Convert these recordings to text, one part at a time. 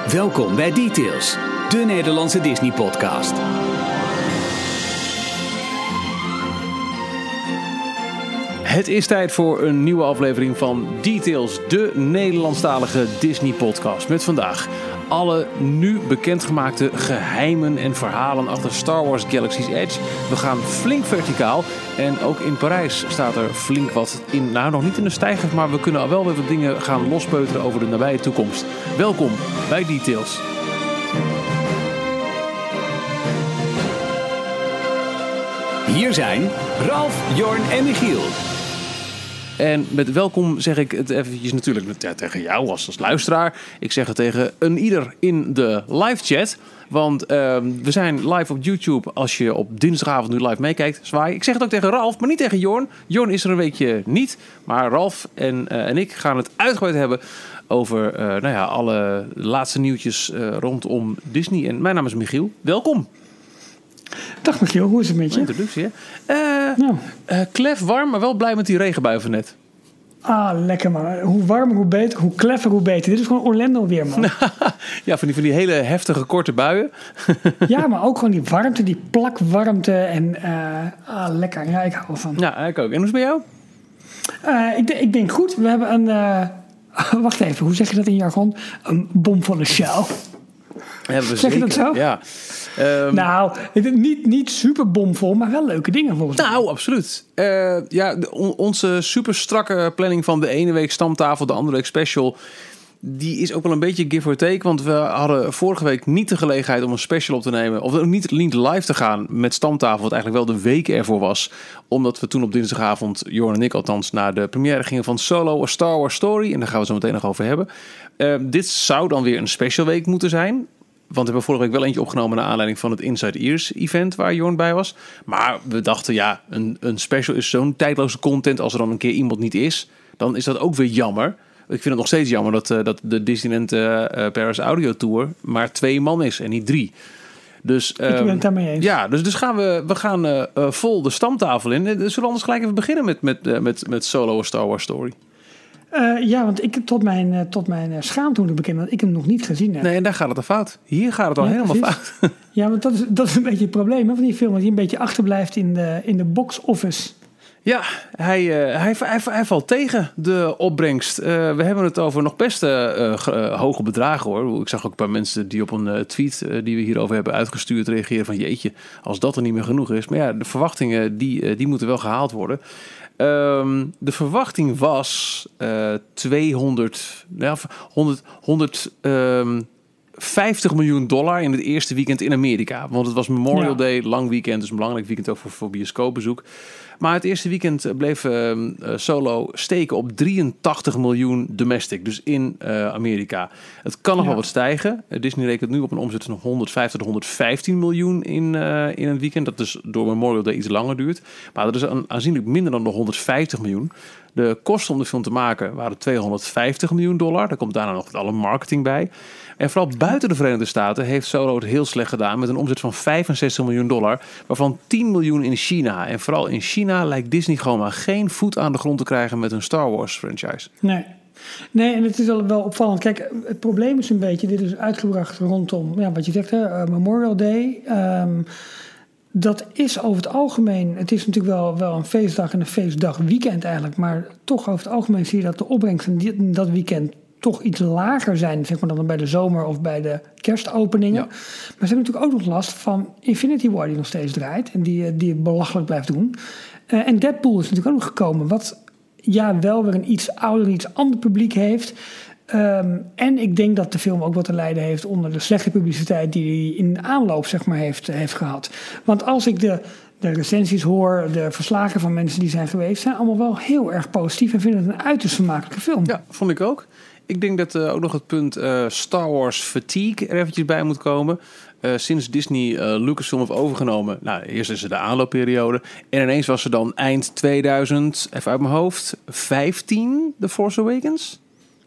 Welkom bij Details, de Nederlandse Disney-podcast. Het is tijd voor een nieuwe aflevering van Details, de Nederlandstalige Disney-podcast. Met vandaag alle nu bekendgemaakte geheimen en verhalen achter Star Wars Galaxy's Edge. We gaan flink verticaal en ook in Parijs staat er flink wat in. Nou, nog niet in de stijger, maar we kunnen al wel weer wat dingen gaan lospeuteren over de nabije toekomst. Welkom bij Details. Hier zijn Ralf, Jorn en Michiel. En met welkom zeg ik het eventjes natuurlijk tegen jou als luisteraar. Ik zeg het tegen een ieder in de live chat. Want we zijn live op YouTube als je op dinsdagavond nu live meekijkt. Zwaai. Ik zeg het ook tegen Ralf, maar niet tegen Jorn. Jorn is er een weekje niet. Maar Ralf en ik gaan het uitgebreid hebben over alle laatste nieuwtjes rondom Disney. En mijn naam is Michiel. Welkom. Dag Michiel, hoe is het met je? Introductie, hè? Klef warm, maar wel blij met die regenbui van net. Ah, lekker man. Hoe warmer, hoe beter. Hoe kleffer, hoe beter. Dit is gewoon Orlando weer, man. Ja, van die hele heftige, korte buien. Ja, maar ook gewoon die warmte, die plakwarmte. En lekker. Ja, ik hou ervan. Ja, ik ook. En hoe is het bij jou? Ik denk goed. We hebben een... wacht even, hoe zeg je dat in jargon? Een bomvolle show. Zeg je dat zo? Ja. Nou, niet super bomvol, maar wel leuke dingen volgens mij. Nou, absoluut. Onze super strakke planning van de ene week stamtafel, de andere week special, die is ook wel een beetje give or take. Want we hadden vorige week niet de gelegenheid om een special op te nemen. Of niet live te gaan met stamtafel, wat eigenlijk wel de week ervoor was. Omdat we toen op dinsdagavond, Jorn en ik althans, naar de première gingen van Solo, A Star Wars Story. En daar gaan we het zo meteen nog over hebben. Dit zou dan weer een special week moeten zijn. Want we hebben vorige week wel eentje opgenomen naar aanleiding van het Inside Ears event waar Jorn bij was. Maar we dachten, een special is zo'n tijdloze content. Als er dan een keer iemand niet is, dan is dat ook weer jammer. Ik vind het nog steeds jammer dat de Disneyland Paris Audio Tour maar 2 man is en niet 3. Dus, ik ben het daarmee eens. Ja, dus we gaan vol de stamtafel in. Zullen we anders gelijk even beginnen met Solo, A Star Wars Story? Want ik tot mijn schaamte moet ik bekennen dat ik hem nog niet gezien heb. Nee, en daar gaat het al fout. Hier gaat het al helemaal fout. Ja, want dat is een beetje het probleem van die film. Dat hij een beetje achterblijft in de box office. Ja, hij valt tegen de opbrengst. We hebben het over nog best hoge bedragen, hoor. Ik zag ook een paar mensen die op een tweet die we hierover hebben uitgestuurd reageren van jeetje, als dat er niet meer genoeg is. Maar ja, de verwachtingen die moeten wel gehaald worden. De verwachting was 150 miljoen dollar in het eerste weekend in Amerika. Want het was Memorial Day, lang weekend, dus een belangrijk weekend ook voor bioscoopbezoek. Maar het eerste weekend bleef Solo steken op 83 miljoen domestic, dus in Amerika. Het kan nog wel wat stijgen. Disney rekent nu op een omzet van 150 tot 115 miljoen in een weekend. Dat dus door Memorial Day iets langer duurt. Maar dat is aanzienlijk minder dan de 150 miljoen. De kosten om de film te maken waren 250 miljoen dollar. Daar komt daarna nog alle marketing bij. En vooral buiten de Verenigde Staten heeft Solo het heel slecht gedaan met een omzet van 65 miljoen dollar, waarvan 10 miljoen in China. En vooral in China lijkt Disney gewoon maar geen voet aan de grond te krijgen met hun Star Wars franchise. Nee, en het is wel opvallend. Kijk, het probleem is een beetje, dit is uitgebracht rondom, wat je zegt, Memorial Day. Dat is over het algemeen, het is natuurlijk wel een feestdag en een feestdagweekend eigenlijk, maar toch over het algemeen zie je dat de opbrengsten dat weekend toch iets lager zijn, zeg maar, dan bij de zomer of bij de kerstopeningen. Ja. Maar ze hebben natuurlijk ook nog last van Infinity War die nog steeds draait en die belachelijk blijft doen. En Deadpool is natuurlijk ook nog gekomen, wat wel weer een iets ouder, iets ander publiek heeft. En ik denk dat de film ook wat te lijden heeft onder de slechte publiciteit die hij in de aanloop, zeg maar, heeft gehad. Want als ik de recensies hoor, de verslagen van mensen die zijn geweest, zijn allemaal wel heel erg positief en vinden het een uiterst vermakelijke film. Ja, vond ik ook. Ik denk dat ook nog het punt Star Wars fatigue er eventjes bij moet komen. Sinds Disney Lucasfilm heeft overgenomen. Nou, eerst is er de aanloopperiode. En ineens was er dan eind 2000, even uit mijn hoofd, 15, The Force Awakens.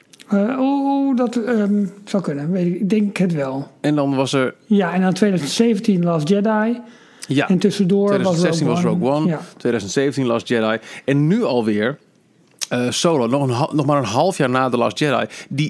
Dat zou kunnen. Ik denk het wel. En dan was er... Ja, en dan 2017 Last Jedi. Ja. En tussendoor 2016 was Rogue One. Ja. 2017 Last Jedi. En nu alweer Solo, nog maar een half jaar na The Last Jedi, die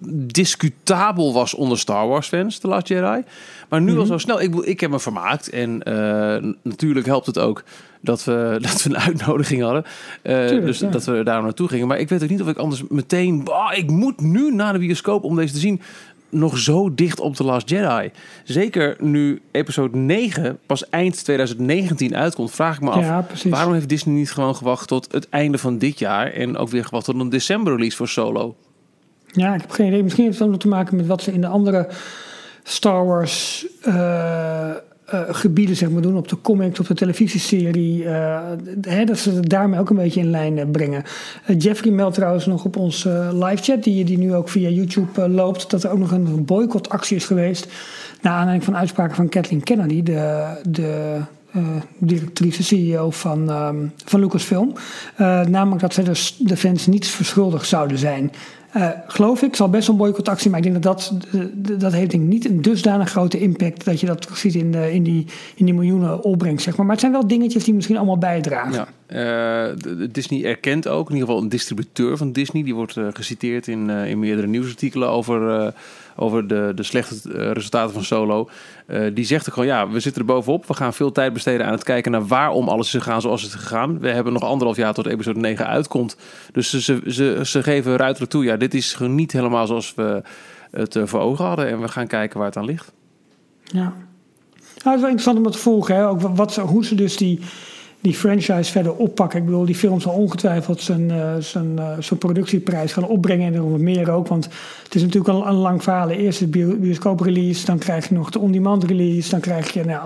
discutabel was onder Star Wars fans, The Last Jedi. Maar nu al zo snel. Ik heb me vermaakt. En natuurlijk helpt het ook dat we een uitnodiging hadden. Dat we daar naartoe gingen. Maar ik weet ook niet of ik anders meteen... ik moet nu naar de bioscoop om deze te zien. Nog zo dicht op The Last Jedi. Zeker nu episode 9 pas eind 2019 uitkomt, vraag ik me af... waarom heeft Disney niet gewoon gewacht tot het einde van dit jaar... en ook weer gewacht tot een december release voor Solo? Ja, ik heb geen idee. Misschien heeft het ook te maken met wat ze in de andere Star Wars gebieden zeg maar, doen. Op de comics, op de televisieserie. Dat ze het daarmee ook een beetje in lijn brengen. Jeffrey meldt trouwens nog op ons live chat, die nu ook via YouTube loopt, dat er ook nog een boycottactie is geweest. Naar aanleiding van uitspraken van Kathleen Kennedy, de directrice, CEO van Lucasfilm. Namelijk dat ze dus de fans niets verschuldigd zouden zijn. Geloof ik, zal best wel een boycottactie, maar ik denk dat heeft denk ik niet een dusdanig grote impact dat je dat ziet in die miljoenen opbrengst, zeg maar. Maar het zijn wel dingetjes die misschien allemaal bijdragen. Ja, Disney erkent ook, in ieder geval een distributeur van Disney, die wordt geciteerd in meerdere nieuwsartikelen over de slechte resultaten van Solo. Die zegt ook gewoon, we zitten er bovenop. We gaan veel tijd besteden aan het kijken naar waarom alles is gegaan zoals het is gegaan. We hebben nog 1,5 jaar tot episode 9 uitkomt. Dus ze geven ruiterlijk toe, dit is gewoon niet helemaal zoals we het voor ogen hadden. En we gaan kijken waar het aan ligt. Ja. Het is wel interessant om te volgen. Hè? Ook hoe ze dus die franchise verder oppakken. Ik bedoel, die film zal ongetwijfeld zijn productieprijs gaan opbrengen. En er wat meer ook. Want het is natuurlijk een lang verhaal. Eerst het bioscoop-release. Dan krijg je nog de on-demand release. Dan krijg je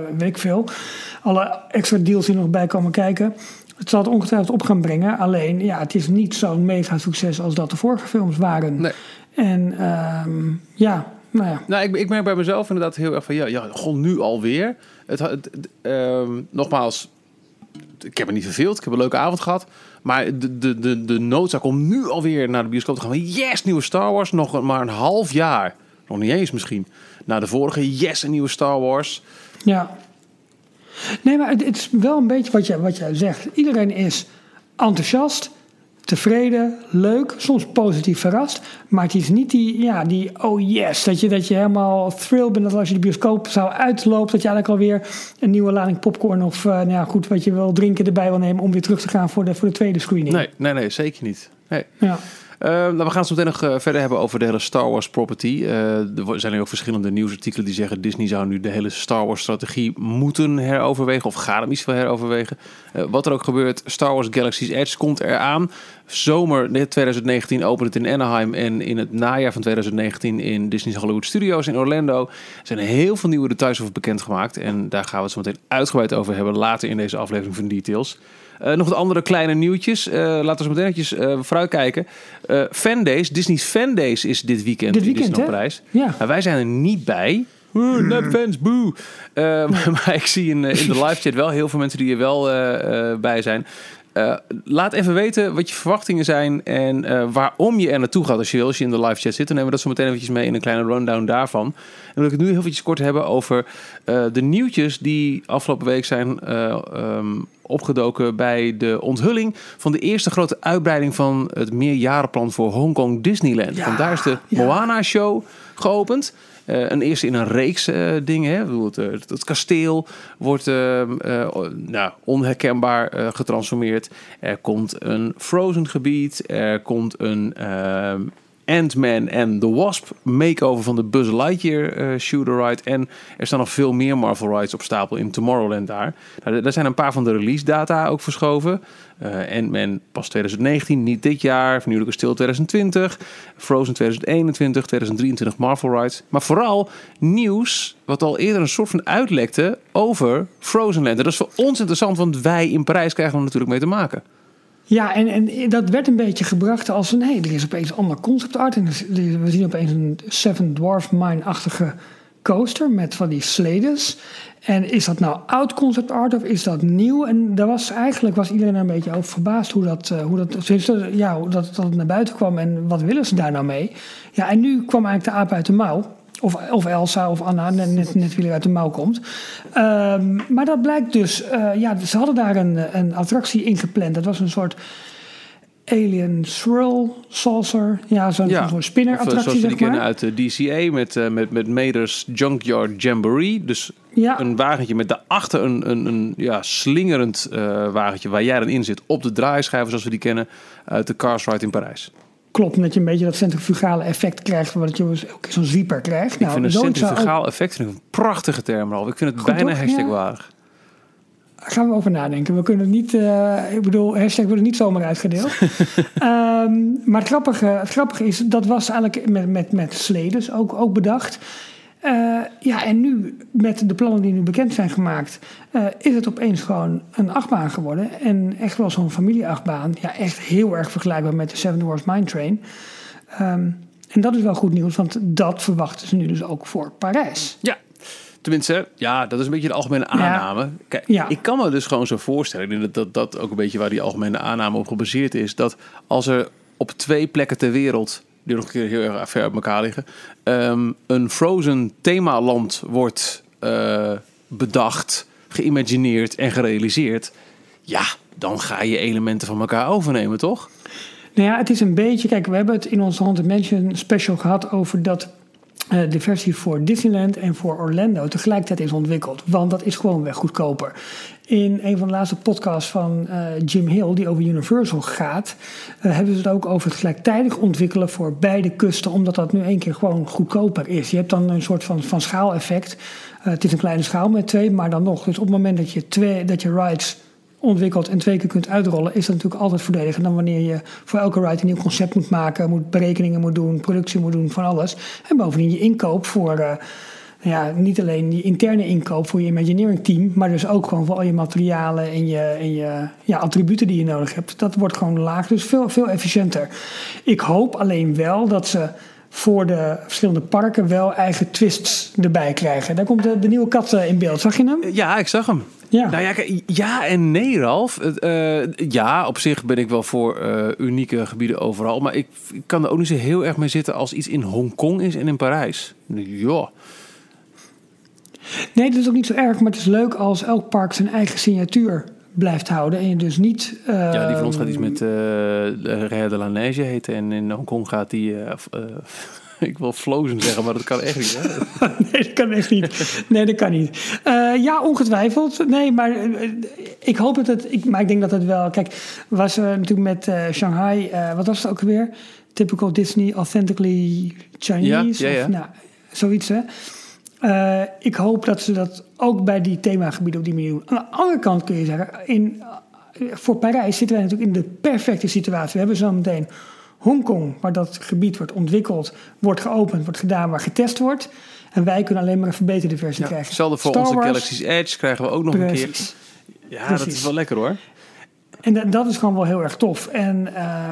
alle extra deals die er nog bij komen kijken. Het zal het ongetwijfeld op gaan brengen. Alleen, het is niet zo'n mega succes als dat de vorige films waren. Nee. En Nou, ik merk bij mezelf inderdaad heel erg van... nu alweer. Nogmaals... Ik heb me niet verveeld. Ik heb een leuke avond gehad. Maar de noodzaak om nu alweer naar de bioscoop te gaan. Yes, nieuwe Star Wars. Nog maar een half jaar. Nog niet eens misschien. Na de vorige, yes, een nieuwe Star Wars. Ja. Nee, maar het is wel een beetje wat jij zegt. Iedereen is enthousiast, tevreden, leuk, soms positief verrast. Maar het is niet die oh yes, dat je helemaal thrilled bent dat als je de bioscoop zou uitlopen, dat je eigenlijk alweer een nieuwe lading popcorn of wat je wil drinken erbij wil nemen om weer terug te gaan voor de tweede screening. Nee, zeker niet. Nee. Ja. We gaan het zo meteen nog verder hebben over de hele Star Wars property. Er zijn ook verschillende nieuwsartikelen die zeggen Disney zou nu de hele Star Wars strategie moeten heroverwegen of gaat hem iets veel heroverwegen. Wat er ook gebeurt, Star Wars Galaxy's Edge komt eraan. Zomer 2019 opent het in Anaheim en in het najaar van 2019 in Disney's Hollywood Studios in Orlando. Er zijn heel veel nieuwe details over bekendgemaakt en daar gaan we het zo meteen uitgebreid over hebben later in deze aflevering van Details. Nog wat andere kleine nieuwtjes. Laten we zo meteen eventjes vooruitkijken. Fandays, Disney's Fandays is dit weekend in Disneyland-prijs. Ja. Wij zijn er niet bij. Nepfans, boe. Maar ik zie in de live chat wel heel veel mensen die er wel bij zijn. Laat even weten wat je verwachtingen zijn en waarom je er naartoe gaat als je in de live chat zit. Dan nemen we dat zo meteen eventjes mee in een kleine rundown daarvan. En dan wil ik het nu heel eventjes kort hebben over de nieuwtjes die afgelopen week zijn opgedoken bij de onthulling van de eerste grote uitbreiding van het meerjarenplan voor Hongkong Disneyland. Want daar is de Moana Show geopend. Een eerste in een reeks dingen. Hè. Het kasteel wordt onherkenbaar getransformeerd. Er komt een Frozen gebied. Er komt een Ant-Man and the Wasp makeover van de Buzz Lightyear shooter ride. En er staan nog veel meer Marvel rides op stapel in Tomorrowland daar. Nou, daar zijn een paar van de release data ook verschoven. Ant-Man pas 2019, niet dit jaar. Vernieuwelijke Stil 2020. Frozen 2021, 2023 Marvel rides. Maar vooral nieuws wat al eerder een soort van uitlekte over Frozenland. En dat is voor ons interessant, want wij in Parijs krijgen er natuurlijk mee te maken. Ja, en dat werd een beetje gebracht als er is opeens ander concept art. En we zien opeens een Seven Dwarf Mine-achtige coaster met van die sleders. En is dat nou oud concept art of is dat nieuw? En daar was iedereen een beetje over verbaasd hoe dat naar buiten kwam en wat willen ze daar nou mee? Ja, en nu kwam eigenlijk de aap uit de mouw. Of Elsa of Anna, net wie er uit de mouw komt. Maar dat blijkt dus... ze hadden daar een attractie ingepland. Dat was een soort Alien Swirl Saucer. Ja, zo'n spinnerattractie, zoals we die zeg maar. kennen uit de DCA met Mater's Junkyard Jamboree. Dus een wagentje met daarachter een slingerend wagentje waar jij dan in zit op de draaischijven zoals we die kennen uit de Cars Ride in Parijs. Klopt, dat je een beetje dat centrifugale effect krijgt, wat je ook zo'n zwieper krijgt. Ik vind een centrifugaal effect een prachtige term, Ralf. Ik vind het goed, bijna hashtagwaardig. Gaan we over nadenken. We kunnen het niet... hashtag wordt niet zomaar uitgedeeld. Maar het grappige is, dat was eigenlijk met sledes ook bedacht. En nu, met de plannen die nu bekend zijn gemaakt, is het opeens gewoon een achtbaan geworden. En echt wel zo'n familieachtbaan. Ja, echt heel erg vergelijkbaar met de Seven Dwarfs Mine Train. En dat is wel goed nieuws, want dat verwachten ze nu dus ook voor Parijs. Ja. Tenminste, dat is een beetje de algemene aanname. Kijk, ik kan me dus gewoon zo voorstellen, ik denk dat ook een beetje waar die algemene aanname op gebaseerd is, dat als er op 2 plekken ter wereld, die nog een keer heel erg ver uit elkaar liggen, een Frozen themaland wordt bedacht, geïmagineerd en gerealiseerd, dan ga je elementen van elkaar overnemen, toch? Nou ja, het is een beetje, kijk, we hebben het in onze Haunted Mansion special gehad over dat de versie voor Disneyland en voor Orlando tegelijkertijd is ontwikkeld. Want dat is gewoonweg goedkoper. In een van de laatste podcasts van Jim Hill, die over Universal gaat, hebben ze het ook over het gelijktijdig ontwikkelen voor beide kusten, omdat dat nu 1 keer gewoon goedkoper is. Je hebt dan een soort van schaaleffect. Het is een kleine schaal met 2, maar dan nog. Dus op het moment dat je rides ontwikkelt en 2 keer kunt uitrollen, is dat natuurlijk altijd voordeliger dan wanneer je voor elke ride een nieuw concept moet maken, berekeningen moet doen, productie moet doen, van alles. En bovendien je inkoop voor, niet alleen je interne inkoop voor je Imagineering team, maar dus ook gewoon voor al je materialen en je attributen die je nodig hebt. Dat wordt gewoon laag, dus veel, veel efficiënter. Ik hoop alleen wel dat ze voor de verschillende parken wel eigen twists erbij krijgen. Daar komt de nieuwe kat in beeld. Zag je hem? Ja, ik zag hem. Ja. Nou ja en nee, Ralf. Op zich ben ik wel voor unieke gebieden overal. Maar ik kan er ook niet zo heel erg mee zitten als iets in Hongkong is en in Parijs. Ja. Nee, dat is ook niet zo erg. Maar het is leuk als elk park zijn eigen signatuur blijft houden. En je dus niet... die van ons gaat iets met Raya de la Neige heten. En in Hongkong gaat die... ik wil Frozen zeggen, maar dat kan echt niet. Hè? Nee, dat kan echt niet. Nee, dat kan niet. Ongetwijfeld. Nee, maar ik hoop dat het... Maar ik denk dat het wel... Kijk, was natuurlijk met Shanghai... wat was het ook weer? Typical Disney, authentically Chinese. Ja. Of, zoiets, hè? Ik hoop dat ze dat ook bij die themagebieden op die manier doen. Aan de andere kant kun je zeggen... voor Parijs zitten wij natuurlijk in de perfecte situatie. We hebben zo meteen Hongkong, waar dat gebied wordt ontwikkeld, wordt geopend, wordt gedaan, waar getest wordt. En wij kunnen alleen maar een verbeterde versie krijgen. Hetzelfde voor onze Galaxy's Edge krijgen we ook nog een keer. Ja, precies. Dat is wel lekker hoor. En dat is gewoon wel heel erg tof. En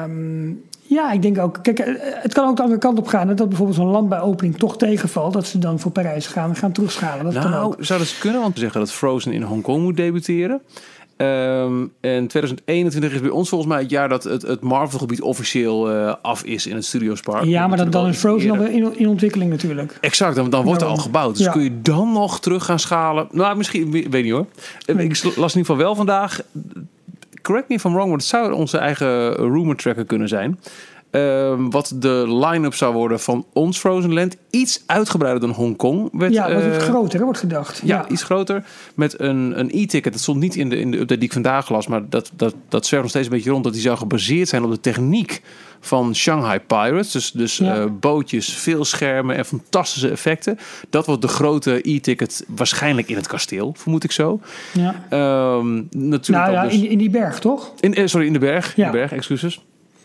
ik denk ook... Kijk, het kan ook de andere kant op gaan. Dat bijvoorbeeld zo'n landbouwopening toch tegenvalt. Dat ze dan voor Parijs gaan terugschalen. Dat kan ook. Zou dat kunnen? Want we zeggen dat Frozen in Hongkong moet debuteren. En 2021 is bij ons volgens mij het jaar dat het Marvel-gebied officieel af is in het Studiospark. Ja, maar dan is Frozen alweer in ontwikkeling natuurlijk. Exact, dan wordt er al gebouwd. Dus kun je dan nog terug gaan schalen? Nou, misschien, weet niet hoor. Ik las in ieder geval wel vandaag... Correct me if I'm wrong, maar het zou onze eigen rumor tracker kunnen zijn. Wat de line-up zou worden van ons Frozen Land. Iets uitgebreider dan Hongkong. Wat iets groter wordt gedacht. Ja, iets groter. Met een e-ticket. Dat stond niet in de update die ik vandaag las. Maar dat zwerft nog steeds een beetje rond. Dat die zou gebaseerd zijn op de techniek van Shanghai Pirates. Dus bootjes, veel schermen en fantastische effecten. Dat wordt de grote e-ticket waarschijnlijk in het kasteel, vermoed ik zo. Ja. Natuurlijk in die berg, toch? In de berg. Ja. In de berg, excuses.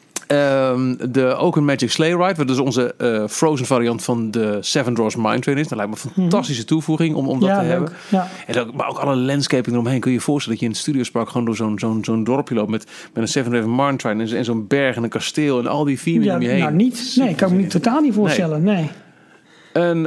De Oaken Magic Sleigh Ride, wat dus onze Frozen variant van de Seven Dwarfs Mine Train is. Dat lijkt me een fantastische toevoeging om dat te hebben. Ja. Maar ook alle landscaping eromheen. Kun je je voorstellen dat je in het Studiospark gewoon door zo'n dorpje loopt met een Seven Dwarfs Mine Train en zo'n berg en een kasteel en al die theming om je heen. Nou niet. Nee, ik kan me totaal niet voorstellen. Nee. Een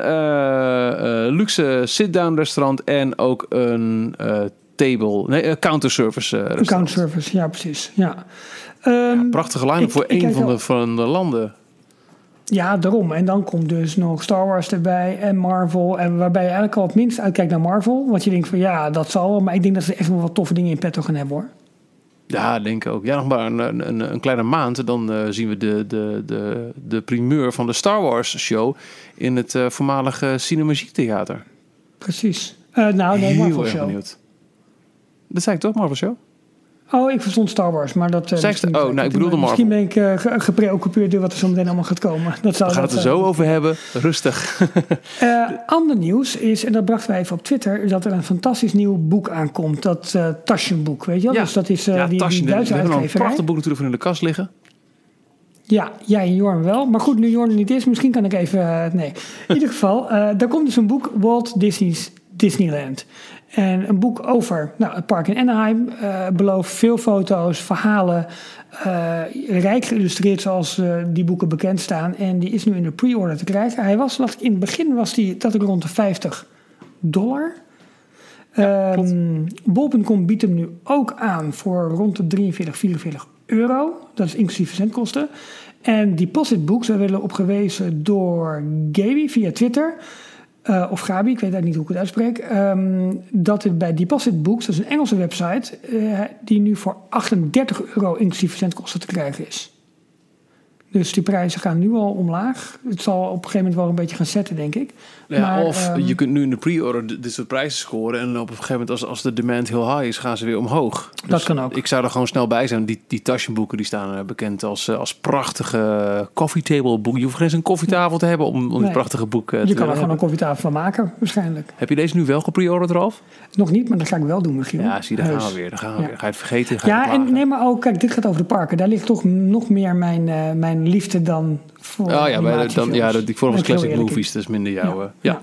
luxe sit-down restaurant en ook een counterservice restaurant. Een counterservice, ja precies. Ja. Prachtige line-up voor een van de landen. Ja, daarom. En dan komt dus nog Star Wars erbij en Marvel. En waarbij je eigenlijk al het minst uitkijkt naar Marvel. Want je denkt van dat zal wel. Maar ik denk dat ze echt wel wat toffe dingen in petto gaan hebben hoor. Ja, denk ik ook. Ja, nog maar een kleine maand. Dan zien we de primeur van de Star Wars show in het voormalige Cinemagique Theater. Precies. Nee, Marvel show. Benieuwd. Dat zei ik toch, Marvel show? Oh, ik verstond Star Wars, maar dat... ik bedoelde Marvel. Misschien ben ik gepreoccupeerd door wat er zo meteen allemaal gaat komen. We gaan het er zo over hebben. Rustig. Ander nieuws is, en dat brachten wij even op Twitter, dat er een fantastisch nieuw boek aankomt. Dat Taschenboek, weet je wel? Ja, dus dat is die Duitse uitgeverij. We hebben nog een prachtig boek natuurlijk van in de kast liggen. Ja, jij en Jorn wel. Maar goed, nu Jorn er niet is, misschien kan ik even... nee, in ieder geval, daar komt dus een boek, Walt Disney's Disneyland. En een boek over het park in Anaheim. Belooft veel foto's, verhalen. Rijk geïllustreerd zoals die boeken bekend staan. En die is nu in de pre-order te krijgen. In het begin was die rond de $50. Bol.com biedt hem nu ook aan voor rond de 43, 44 euro. Dat is inclusief verzendkosten. En Deposit Books, daar werden op gewezen door Gaby via Twitter... of Gabi, ik weet eigenlijk niet hoe ik het uitspreek. Dat het bij Deposit Books, dat is een Engelse website... die nu voor €38 inclusief verzendkosten te krijgen is. Dus die prijzen gaan nu al omlaag. Het zal op een gegeven moment wel een beetje gaan zetten, denk ik. Ja, maar, of je kunt nu in de pre-order dit soort prijzen scoren... en op een gegeven moment, als de demand heel high is... gaan ze weer omhoog. Dus dat kan ook. Ik zou er gewoon snel bij zijn. Die taschenboeken die staan bekend als prachtige coffee table boeken. Je hoeft geen eens een koffietafel te hebben om die prachtige boeken te hebben. Je kan er gewoon een koffietafel van maken, waarschijnlijk. Heb je deze nu wel gepreorderd, Ralf? Nog niet, maar dat ga ik wel doen, Michiel. Ja, zie je, daar gaan we weer. Ga je het vergeten? Maar ook, kijk, dit gaat over de parken. Daar ligt toch nog meer mijn liefde dan voor die vorige classic movies, dat is minder jouw... Ja.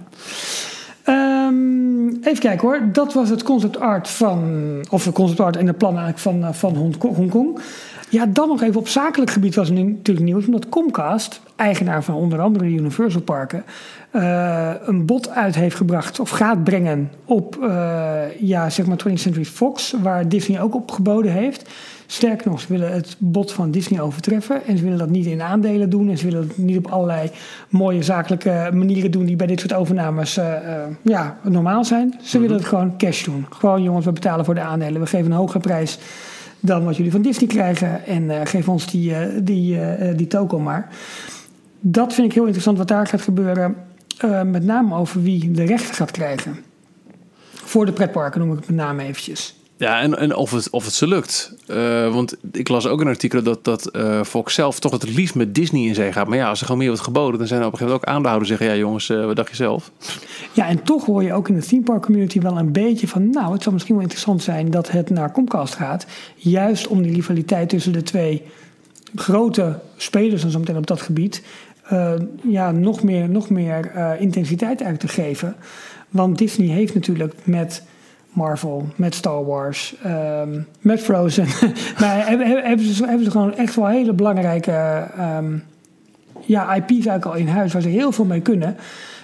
Even kijken hoor. Dat was het concept art de concept art en de plannen eigenlijk van Hongkong. Ja, dan nog even op zakelijk gebied was het natuurlijk nieuws, omdat Comcast, eigenaar van onder andere de Universal Parken, een bod uit heeft gebracht of gaat brengen op 20th Century Fox, waar Disney ook op geboden heeft. Sterker nog, ze willen het bod van Disney overtreffen. En ze willen dat niet in aandelen doen. En ze willen het niet op allerlei mooie zakelijke manieren doen die bij dit soort overnames normaal zijn. Ze willen het gewoon cash doen. Gewoon, jongens, we betalen voor de aandelen. We geven een hogere prijs dan wat jullie van Disney krijgen. En geef ons die token maar. Dat vind ik heel interessant wat daar gaat gebeuren. Met name over wie de rechten gaat krijgen. Voor de pretparken noem ik het met name eventjes. Ja, en of het ze lukt. Want ik las ook een artikel dat Fox zelf toch het liefst met Disney in zee gaat. Maar ja, als er gewoon meer wordt geboden, dan zijn er op een gegeven moment ook aandeelhouders zeggen... ja jongens, wat dacht je zelf? Ja, en toch hoor je ook in de theme park community wel een beetje van... het zou misschien wel interessant zijn dat het naar Comcast gaat. Juist om die rivaliteit tussen de twee grote spelers dan zo meteen op dat gebied... nog meer intensiteit uit te geven. Want Disney heeft natuurlijk met Marvel, met Star Wars, met Frozen. Maar hebben ze gewoon echt wel hele belangrijke IP's eigenlijk al in huis waar ze heel veel mee kunnen.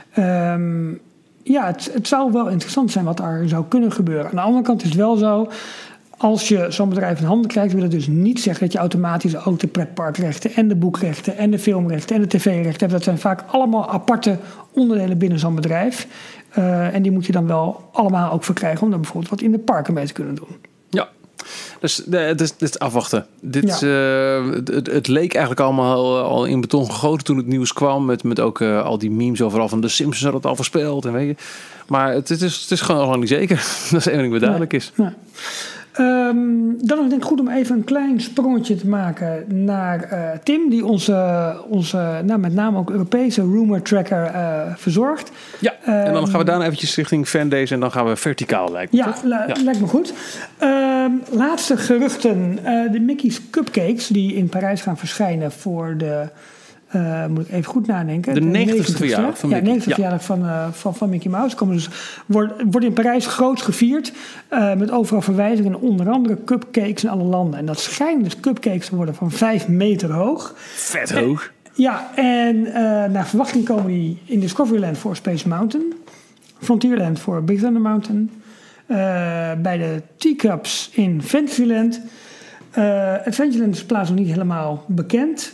Het zou wel interessant zijn wat er zou kunnen gebeuren. Aan de andere kant is het wel zo, als je zo'n bedrijf in handen krijgt, wil het dus niet zeggen dat je automatisch ook de pretparkrechten en de boekrechten en de filmrechten en de tv-rechten hebt. Dat zijn vaak allemaal aparte onderdelen binnen zo'n bedrijf. En die moet je dan wel allemaal ook verkrijgen om dan bijvoorbeeld wat in de parken mee te kunnen doen. Ja, dus het is afwachten. Het leek eigenlijk allemaal al in beton gegoten toen het nieuws kwam. Met ook al die memes overal van de Simpsons had het al voorspeld. En weet je. Maar het is gewoon nog niet zeker. Dat is één ding wat duidelijk is. Ja. Dan is het goed om even een klein sprongetje te maken naar Tim, die onze met name ook Europese rumor tracker verzorgt. Ja, en dan gaan we daarna eventjes richting Fandays en dan gaan we verticaal lijkt me. Lijkt me goed. Laatste geruchten. De Mickey's Cupcakes die in Parijs gaan verschijnen voor de... moet ik even goed nadenken. De 90ste verjaardag van Mickey. Ja, 90ste verjaardag van Mickey Mouse. Wordt in Parijs groot gevierd. Met overal verwijzingen. Onder andere cupcakes in alle landen. En dat schijnen dus cupcakes te worden van 5 meter hoog. Vet hoog. En naar verwachting komen die in Discoveryland voor Space Mountain. Frontierland voor Big Thunder Mountain. Bij de Teacups in Fantasyland. Adventureland is plaats nog niet helemaal bekend.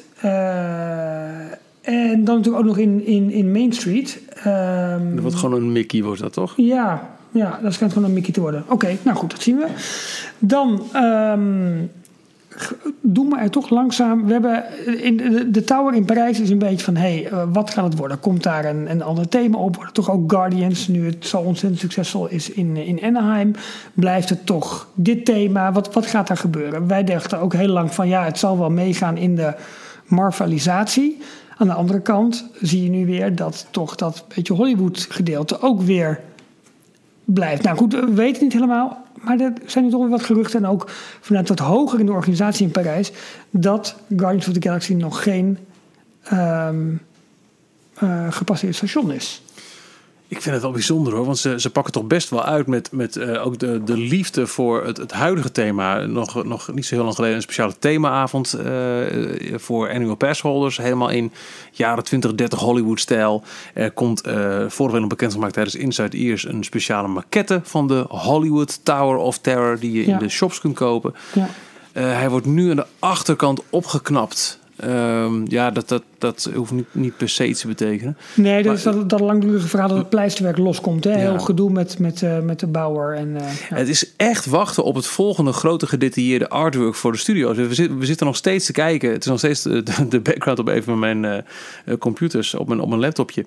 En dan natuurlijk ook nog in Main Street. Dat wordt gewoon een Mickey, wordt dat toch? Ja, dat schijnt gewoon een Mickey te worden. Oké, nou goed, dat zien we. Dan doen we er toch langzaam. We hebben de Tower in Parijs is een beetje van, wat gaat het worden? Komt daar een ander thema op? Wordt het toch ook Guardians? Nu het zo ontzettend succesvol is in Anaheim, blijft het toch dit thema? Wat gaat daar gebeuren? Wij dachten ook heel lang van, het zal wel meegaan in de Marvelisatie. Aan de andere kant zie je nu weer dat toch dat beetje Hollywood gedeelte ook weer blijft. Nou goed, we weten het niet helemaal. Maar er zijn nu toch weer wat geruchten. En ook vanuit wat hoger in de organisatie in Parijs. Dat Guardians of the Galaxy nog geen gepasseerd station is. Ik vind het wel bijzonder hoor. Want ze pakken toch best wel uit met ook de liefde voor het huidige thema. Nog niet zo heel lang geleden een speciale themaavond voor annual passholders. Helemaal in jaren 20-30 Hollywood-stijl. Er komt vorige week nog bekendgemaakt tijdens Inside Ears een speciale maquette van de Hollywood Tower of Terror die je in de shops kunt kopen. Ja. Hij wordt nu aan de achterkant opgeknapt. Dat hoeft niet per se iets te betekenen. Nee, dat is dat langdurige verhaal dat het pleisterwerk loskomt. Hè? Heel gedoe met de bouwer. Het is echt wachten op het volgende grote gedetailleerde artwork voor de studio's. We zitten nog steeds te kijken. Het is nog steeds de background op even mijn computers, op mijn laptopje.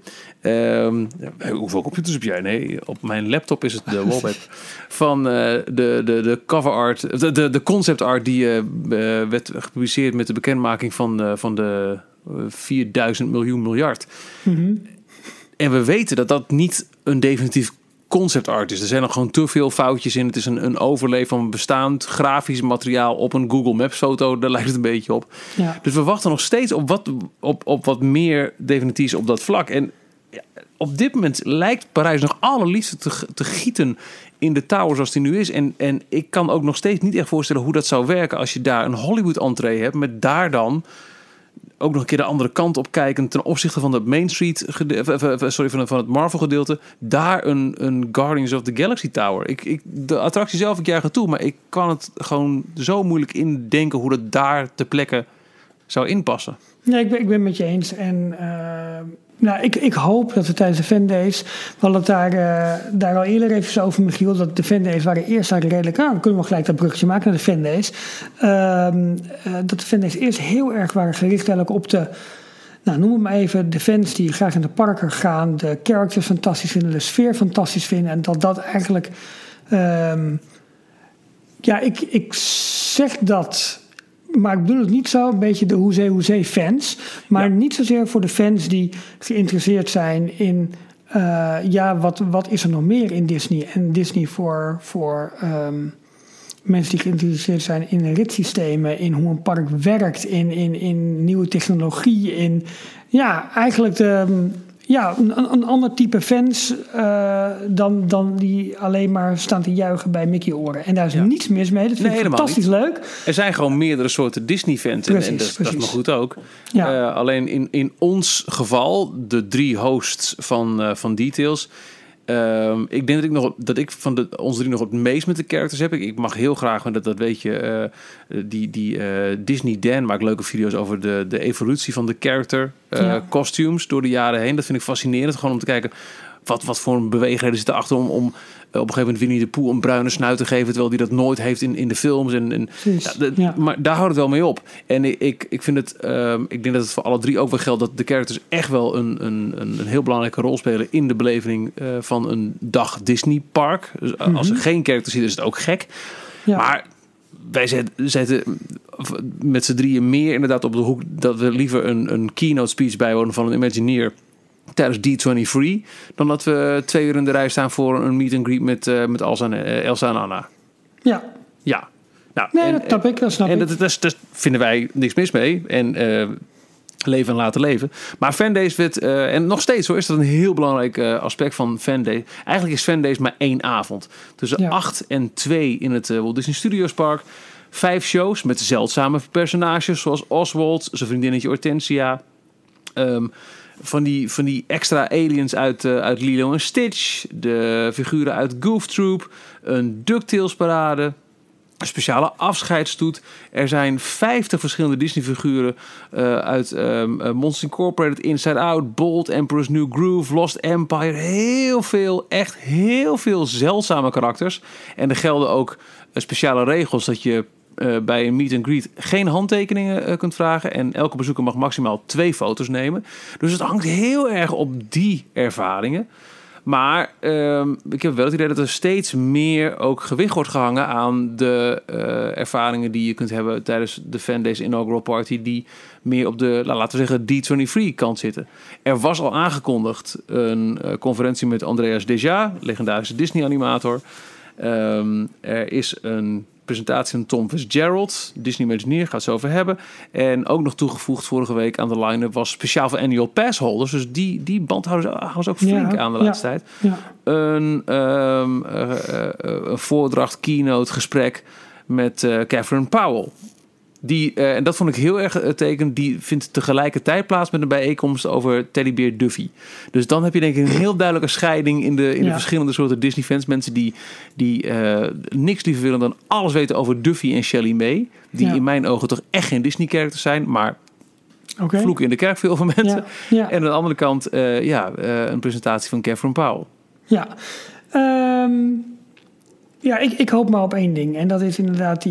Hoeveel computers heb jij? Nee, op mijn laptop is het de wallpaper van de cover art, de concept art die werd gepubliceerd met de bekendmaking van de 4000 miljoen miljard. Mm-hmm. En we weten dat niet een definitief concept art is. Er zijn nog gewoon te veel foutjes in. Het is een overlay van bestaand grafisch materiaal op een Google Maps foto. Daar lijkt het een beetje op. Ja. Dus we wachten nog steeds op wat meer definitiefs op dat vlak. En op dit moment lijkt Parijs nog allerliefste te gieten in de tower zoals die nu is. En ik kan ook nog steeds niet echt voorstellen hoe dat zou werken als je daar een Hollywood-entree hebt met daar dan ook nog een keer de andere kant op kijken ten opzichte van de Main Street van het Marvel gedeelte. Daar een Guardians of the Galaxy Tower. De attractie zelf ik juich toe, maar ik kan het gewoon zo moeilijk indenken hoe dat daar ter plekke zou inpassen. Nee, ik ben het met je eens. En ik hoop dat we tijdens de Fandays, we hadden het daar al eerder even over, Michiel, dat de Fandays waren eerst redelijk aan. Dan kunnen we gelijk dat bruggetje maken naar de Fandays. Dat de Fandays eerst heel erg waren gericht eigenlijk op de, noem het maar even, de fans die graag in de parken gaan, de characters fantastisch vinden, de sfeer fantastisch vinden. En dat eigenlijk, ik zeg dat, maar ik bedoel het niet zo, een beetje de hoezee fans. Maar niet zozeer voor de fans die geïnteresseerd zijn in wat is er nog meer in Disney? En Disney voor mensen die geïnteresseerd zijn in ritssystemen, in hoe een park werkt, in nieuwe technologie, in eigenlijk een ander type fans dan die alleen maar staan te juichen bij Mickey oren. En daar is niets mis mee. Dat vind ik fantastisch leuk. Er zijn gewoon meerdere soorten Disney-fans. En dat is maar goed ook. Ja. Alleen in ons geval, de 3 hosts van Details. Ik denk dat ik van ons 3 nog het meest met de characters heb. Ik mag heel graag, dat weet je, die Disney Dan maakt leuke video's over de evolutie van de character costumes door de jaren heen. Dat vind ik fascinerend, gewoon om te kijken wat voor een beweegreden zit erachter om op een gegeven moment Winnie de Pooh een bruine snuit te geven, terwijl die dat nooit heeft in de films. Maar daar houdt het wel mee op. En ik vind het, ik denk dat het voor alle 3 ook wel geldt dat de characters echt wel een heel belangrijke rol spelen in de beleving van een dag Disney park. Dus als er geen characters zit, is het ook gek. Ja. Maar wij zetten met z'n 3 meer inderdaad op de hoek dat we liever een keynote speech bijwonen van een Imagineer tijdens D23, dan dat we 2 uur in de rij staan voor een meet and greet met Elsa en Anna. Ja. Ja. Nou, nee, dat snap ik. En dat vinden wij niks mis mee. En leven en laten leven. Maar Fandays werd, en nog steeds hoor, is dat een heel belangrijk aspect van Fandays. Eigenlijk is Fandays maar 1 avond. Tussen 8 en 2 in het Walt Disney Studios Park. 5 shows met zeldzame personages zoals Oswald, zijn vriendinnetje Hortensia. Van die extra aliens uit Lilo en Stitch. De figuren uit Goof Troop. Een DuckTales parade. Een speciale afscheidsstoet. Er zijn 50 verschillende Disney figuren uit Monsters Incorporated, Inside Out, Bolt, Emperor's New Groove, Lost Empire. Heel veel, echt heel veel zeldzame karakters. En er gelden ook speciale regels dat je bij een meet and greet geen handtekeningen kunt vragen. En elke bezoeker mag maximaal 2 foto's nemen. Dus het hangt heel erg op die ervaringen. Maar ik heb wel het idee dat er steeds meer ook gewicht wordt gehangen aan de ervaringen die je kunt hebben tijdens de Fandays Inaugural Party, die meer op de, laten we zeggen, D23 kant zitten. Er was al aangekondigd een conferentie met Andreas Deja, legendarische Disney-animator. Er is een presentatie van Tom Fitzgerald, Disney-Imagineer, gaat het zo over hebben. En ook nog toegevoegd vorige week aan de line-up was speciaal voor annual pass holders. Dus die band houden ze ook flink aan de laatste tijd. Ja. Een voordracht, keynote, gesprek met Catherine Powell. En dat vond ik heel erg teken. Die vindt tegelijkertijd plaats met een bijeenkomst over Teddybeer Duffy. Dus dan heb je denk ik een heel duidelijke scheiding in de verschillende soorten Disney-fans. Mensen die niks liever willen dan alles weten over Duffy en Shelley May. Die in mijn ogen toch echt geen Disney-characters zijn, maar vloeken in de kerk veel van mensen. En aan de andere kant een presentatie van Catherine Powell. Ja, ja, ik hoop maar op één ding. En dat is inderdaad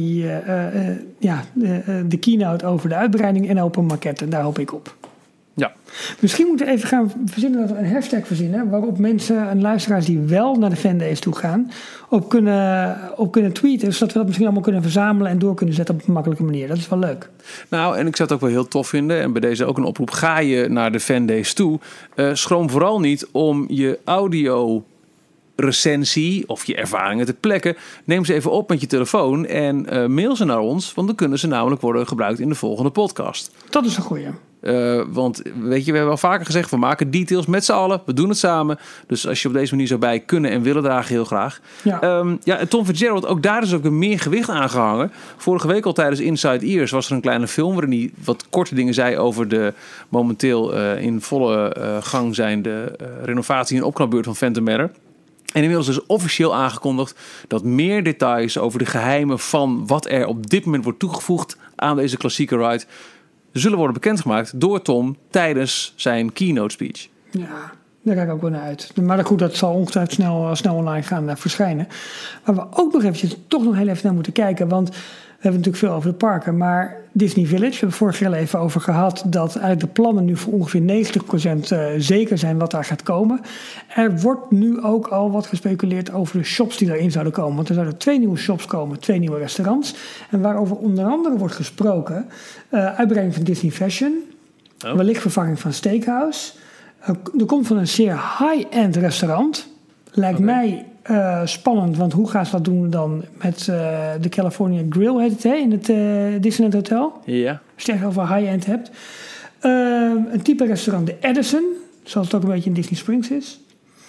de keynote over de uitbreiding en open maquette. Daar hoop ik op. Ja. Misschien moeten we even gaan verzinnen dat we een hashtag verzinnen waarop mensen en luisteraars die wel naar de Fandays toe gaan op kunnen tweeten, zodat we dat misschien allemaal kunnen verzamelen en door kunnen zetten op een makkelijke manier. Dat is wel leuk. Nou, en ik zou het ook wel heel tof vinden. En bij deze ook een oproep. Ga je naar de Fandays toe? Schroom vooral niet om je audio recensie of je ervaringen te plekken. Neem ze even op met je telefoon en mail ze naar ons, want dan kunnen ze namelijk worden gebruikt in de volgende podcast. Dat is een goeie. Want weet je, we hebben al vaker gezegd, we maken details met z'n allen, we doen het samen. Dus als je op deze manier zo bij kunnen en willen dragen, heel graag. Ja. En Tom Fitzgerald, ook daar is ook een meer gewicht aan gehangen. Vorige week al tijdens Inside Ears was er een kleine film waarin hij wat korte dingen zei over de momenteel in volle gang zijnde renovatie en opknapbeurt van Phantom Manor. En inmiddels is officieel aangekondigd dat meer details over de geheimen van wat er op dit moment wordt toegevoegd aan deze klassieke ride zullen worden bekendgemaakt door Tom tijdens zijn keynote speech. Ja, daar kijk ik ook wel naar uit. Maar goed, dat zal ongetwijfeld snel online gaan verschijnen. Waar we ook nog eventjes toch nog heel even naar moeten kijken, want we hebben natuurlijk veel over de parken, maar Disney Village, we hebben vorig jaar even over gehad dat eigenlijk de plannen nu voor ongeveer 90% zeker zijn wat daar gaat komen. Er wordt nu ook al wat gespeculeerd over de shops die daarin zouden komen. Want er zouden 2 nieuwe shops komen, 2 nieuwe restaurants. En waarover onder andere wordt gesproken, uitbreiding van Disney Fashion, wellicht vervanging van Steakhouse. Er komt van een zeer high-end restaurant. Lijkt mij spannend, want hoe gaan ze dat doen dan met de California Grill, heet het, in het Disneyland Hotel? Ja. Als je het over high-end hebt. Een type restaurant, de Edison, zoals het ook een beetje in Disney Springs is.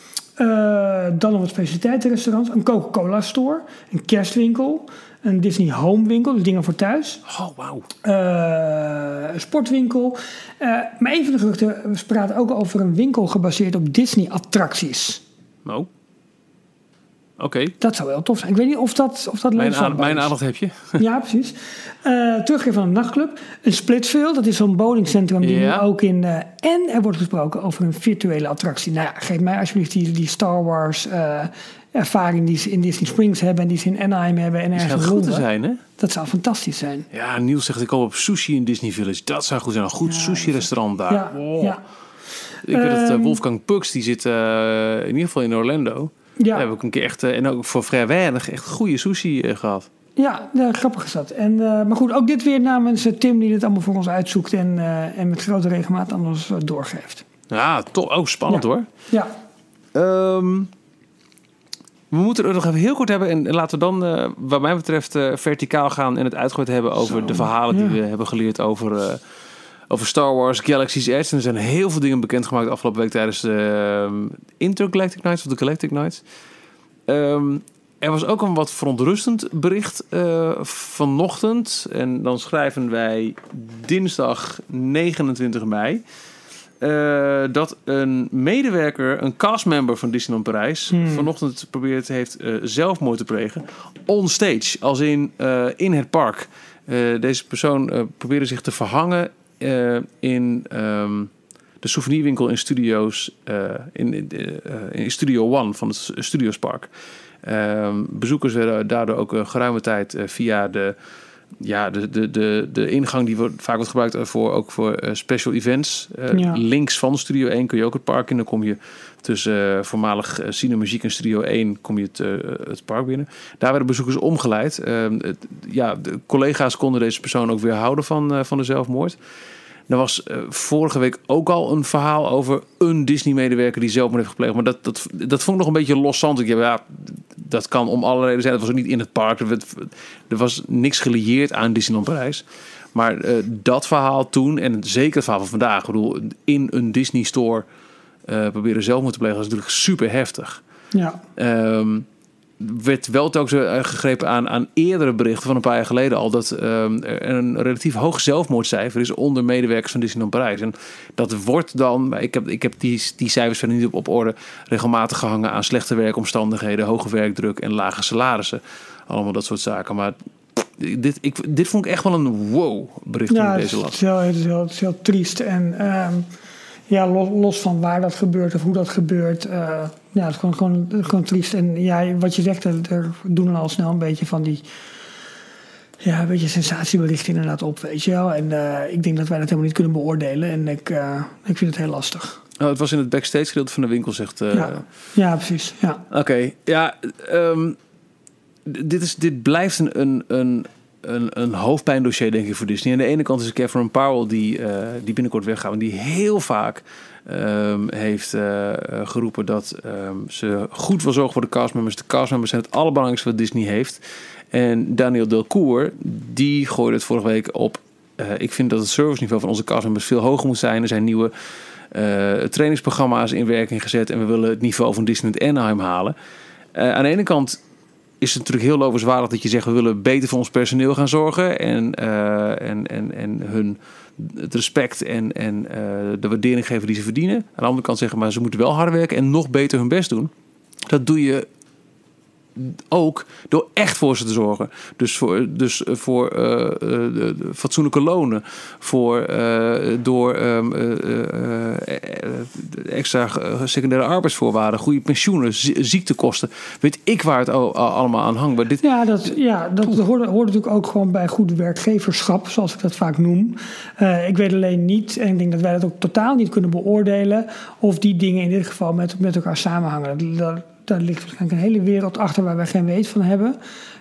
Dan nog wat specialiteitenrestaurants. Een Coca-Cola store, een kerstwinkel, een Disney Home winkel, dus dingen voor thuis. Oh, wauw. Een sportwinkel. Maar een van de geruchten, we praten ook over een winkel gebaseerd op Disney-attracties. Oh. Oké. Dat zou wel tof zijn. Ik weet niet of dat leuk is. Mijn aandacht heb je. Ja, precies. Terugkeer van een nachtclub. Een Splitsville, dat is zo'n bowlingcentrum die nu ook in... en er wordt gesproken over een virtuele attractie. Nou ja, geef mij alsjeblieft die Star Wars ervaring die ze in Disney Springs hebben en die ze in Anaheim hebben en ergens goed te zijn, hè? Dat zou fantastisch zijn. Ja, Niels zegt, ik hoop op sushi in Disney Village. Dat zou goed zijn. Een goed sushi-restaurant daar. Ja, ja. Ik weet dat Wolfgang Pucks, die zit in ieder geval in Orlando. Ja. Daar heb ik een keer echt, en ook voor vrij weinig, echt goede sushi gehad. Ja, grappig is dat. Maar goed, ook dit weer namens Tim die dit allemaal voor ons uitzoekt en met grote regelmaat aan ons doorgeeft. Ja, toch ook spannend hoor. Ja. We moeten het nog even heel kort hebben en laten we dan, wat mij betreft, verticaal gaan en het uitgegooid hebben over de verhalen die we hebben geleerd over Star Wars, Galaxy's Edge. En er zijn heel veel dingen bekendgemaakt afgelopen week tijdens de Intergalactic Nights of de Galactic Nights. Er was ook een wat verontrustend bericht vanochtend. En dan schrijven wij dinsdag 29 mei. Dat een medewerker, een castmember van Disneyland Parijs, vanochtend heeft zelfmoord te plegen. On stage, als in het park. Deze persoon probeerde zich te verhangen in de souvenirwinkel in studio's, in Studio One van het Studiospark. Bezoekers werden daardoor ook geruime tijd via de de ingang die vaak wordt gebruikt ook voor special events. Links van Studio 1 kun je ook het park in. Dan kom je tussen voormalig Cinemuziek en Studio 1 kom je het park binnen. Daar werden bezoekers omgeleid. De collega's konden deze persoon ook weer houden van de zelfmoord. Er was vorige week ook al een verhaal over een Disney-medewerker die zelfmoord heeft gepleegd. Maar dat vond ik nog een beetje loszand. Dat kan om alle redenen zijn. Dat was ook niet in het park. Er was niks gelieerd aan Disneyland Parijs. Maar dat verhaal toen, en zeker het verhaal van vandaag, ik bedoel, in een Disney-store proberen zelfmoord te plegen, was natuurlijk super heftig. Ja. Werd wel ook gegrepen aan eerdere berichten van een paar jaar geleden al, dat er een relatief hoog zelfmoordcijfer is onder medewerkers van Disneyland Parijs. En dat wordt dan, ik heb die cijfers verder niet op orde, regelmatig gehangen aan slechte werkomstandigheden, hoge werkdruk en lage salarissen. Allemaal dat soort zaken. Maar dit vond ik echt wel een wow-bericht toen ik deze las. Het is heel triest. En los van waar dat gebeurt of hoe dat gebeurt. Het is gewoon triest. En wat je zegt, er doen dan al snel een beetje van die... een beetje sensatieberichten inderdaad op, weet je wel. En ik denk dat wij dat helemaal niet kunnen beoordelen. En ik vind het heel lastig. Oh, het was in het backstage gedeelte van de winkel, zegt... Ja, precies. Ja. Oké. Dit blijft een hoofdpijndossier, denk ik, voor Disney. Aan de ene kant is Catherine Powell die binnenkort weggaat, en die heel vaak heeft geroepen dat ze goed wil zorgen voor de castmembers. De castmembers zijn het allerbelangrijkste wat Disney heeft. En Daniel Delcourt, die gooide het vorige week op. Ik vind dat het serviceniveau van onze castmembers veel hoger moet zijn. Er zijn nieuwe trainingsprogramma's in werking gezet en we willen het niveau van Disneyland Anaheim halen. Aan de ene kant is het natuurlijk heel lovenswaardig dat je zegt, we willen beter voor ons personeel gaan zorgen en hun het respect en de waardering geven die ze verdienen. Aan de andere kant zeggen, maar ze moeten wel harder werken en nog beter hun best doen. Dat doe je ook door echt voor ze te zorgen. Dus voor fatsoenlijke lonen. Door extra secundaire arbeidsvoorwaarden. Goede pensioenen. Ziektekosten. Weet ik waar het allemaal aan hangt. Maar dat hoort natuurlijk ook gewoon bij goed werkgeverschap. Zoals ik dat vaak noem. Ik weet alleen niet. En ik denk dat wij dat ook totaal niet kunnen beoordelen. Of die dingen in dit geval met elkaar samenhangen. Daar ligt waarschijnlijk een hele wereld achter waar wij geen weet van hebben.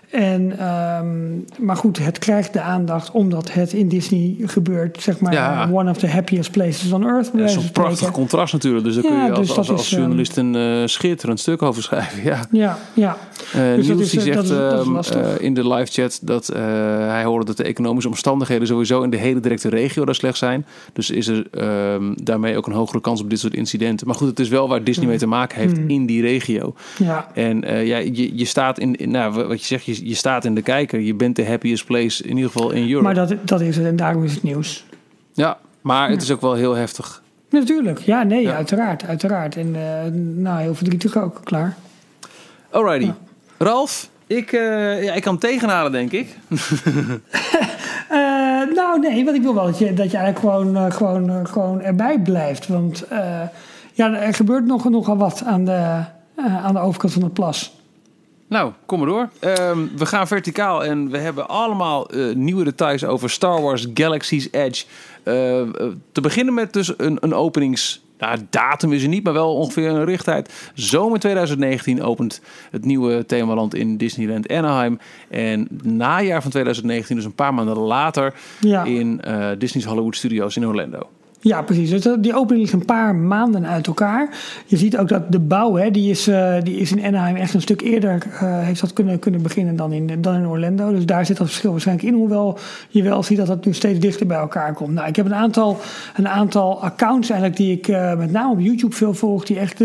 Maar goed, het krijgt de aandacht omdat het in Disney gebeurt. Zeg maar, one of the happiest places on earth. Dat is een prachtig contrast natuurlijk. Dus daar kun je als journalist een schitterend stuk over schrijven. Ja. Dus Niels die zegt in de live chat dat hij hoorde dat de economische omstandigheden sowieso in de hele directe regio daar slecht zijn. Dus is er daarmee ook een hogere kans op dit soort incidenten. Maar goed, het is wel waar Disney mee te maken heeft in die regio. Ja. En je staat wat je zegt, je staat in de kijker. Je bent de happiest place, in ieder geval in Europe. Maar dat is het en daarom is het nieuws. Ja, maar het is ook wel heel heftig. Natuurlijk, uiteraard. En heel verdrietig ook, klaar. Alrighty. Ja. Ralf, ik kan tegenhalen, denk ik. Nee, want ik wil wel dat je eigenlijk gewoon erbij blijft. Want er gebeurt nogal wat aan de overkant van de plas. Nou, kom maar door. We gaan verticaal en we hebben allemaal nieuwe details over Star Wars Galaxy's Edge. Te beginnen met dus een openings... datum is er niet, maar wel ongeveer een richttijd. Zomer 2019 opent het nieuwe themaland in Disneyland Anaheim. En najaar van 2019, dus een paar maanden later... in Disney's Hollywood Studios in Orlando. Ja, precies. Dus die opening ligt een paar maanden uit elkaar. Je ziet ook dat de bouw, die is in Anaheim echt een stuk eerder heeft dat kunnen beginnen dan in Orlando. Dus daar zit dat verschil waarschijnlijk in. Hoewel je wel ziet dat het nu steeds dichter bij elkaar komt. Nou, ik heb een aantal accounts eigenlijk die ik met name op YouTube veel volg. Die echt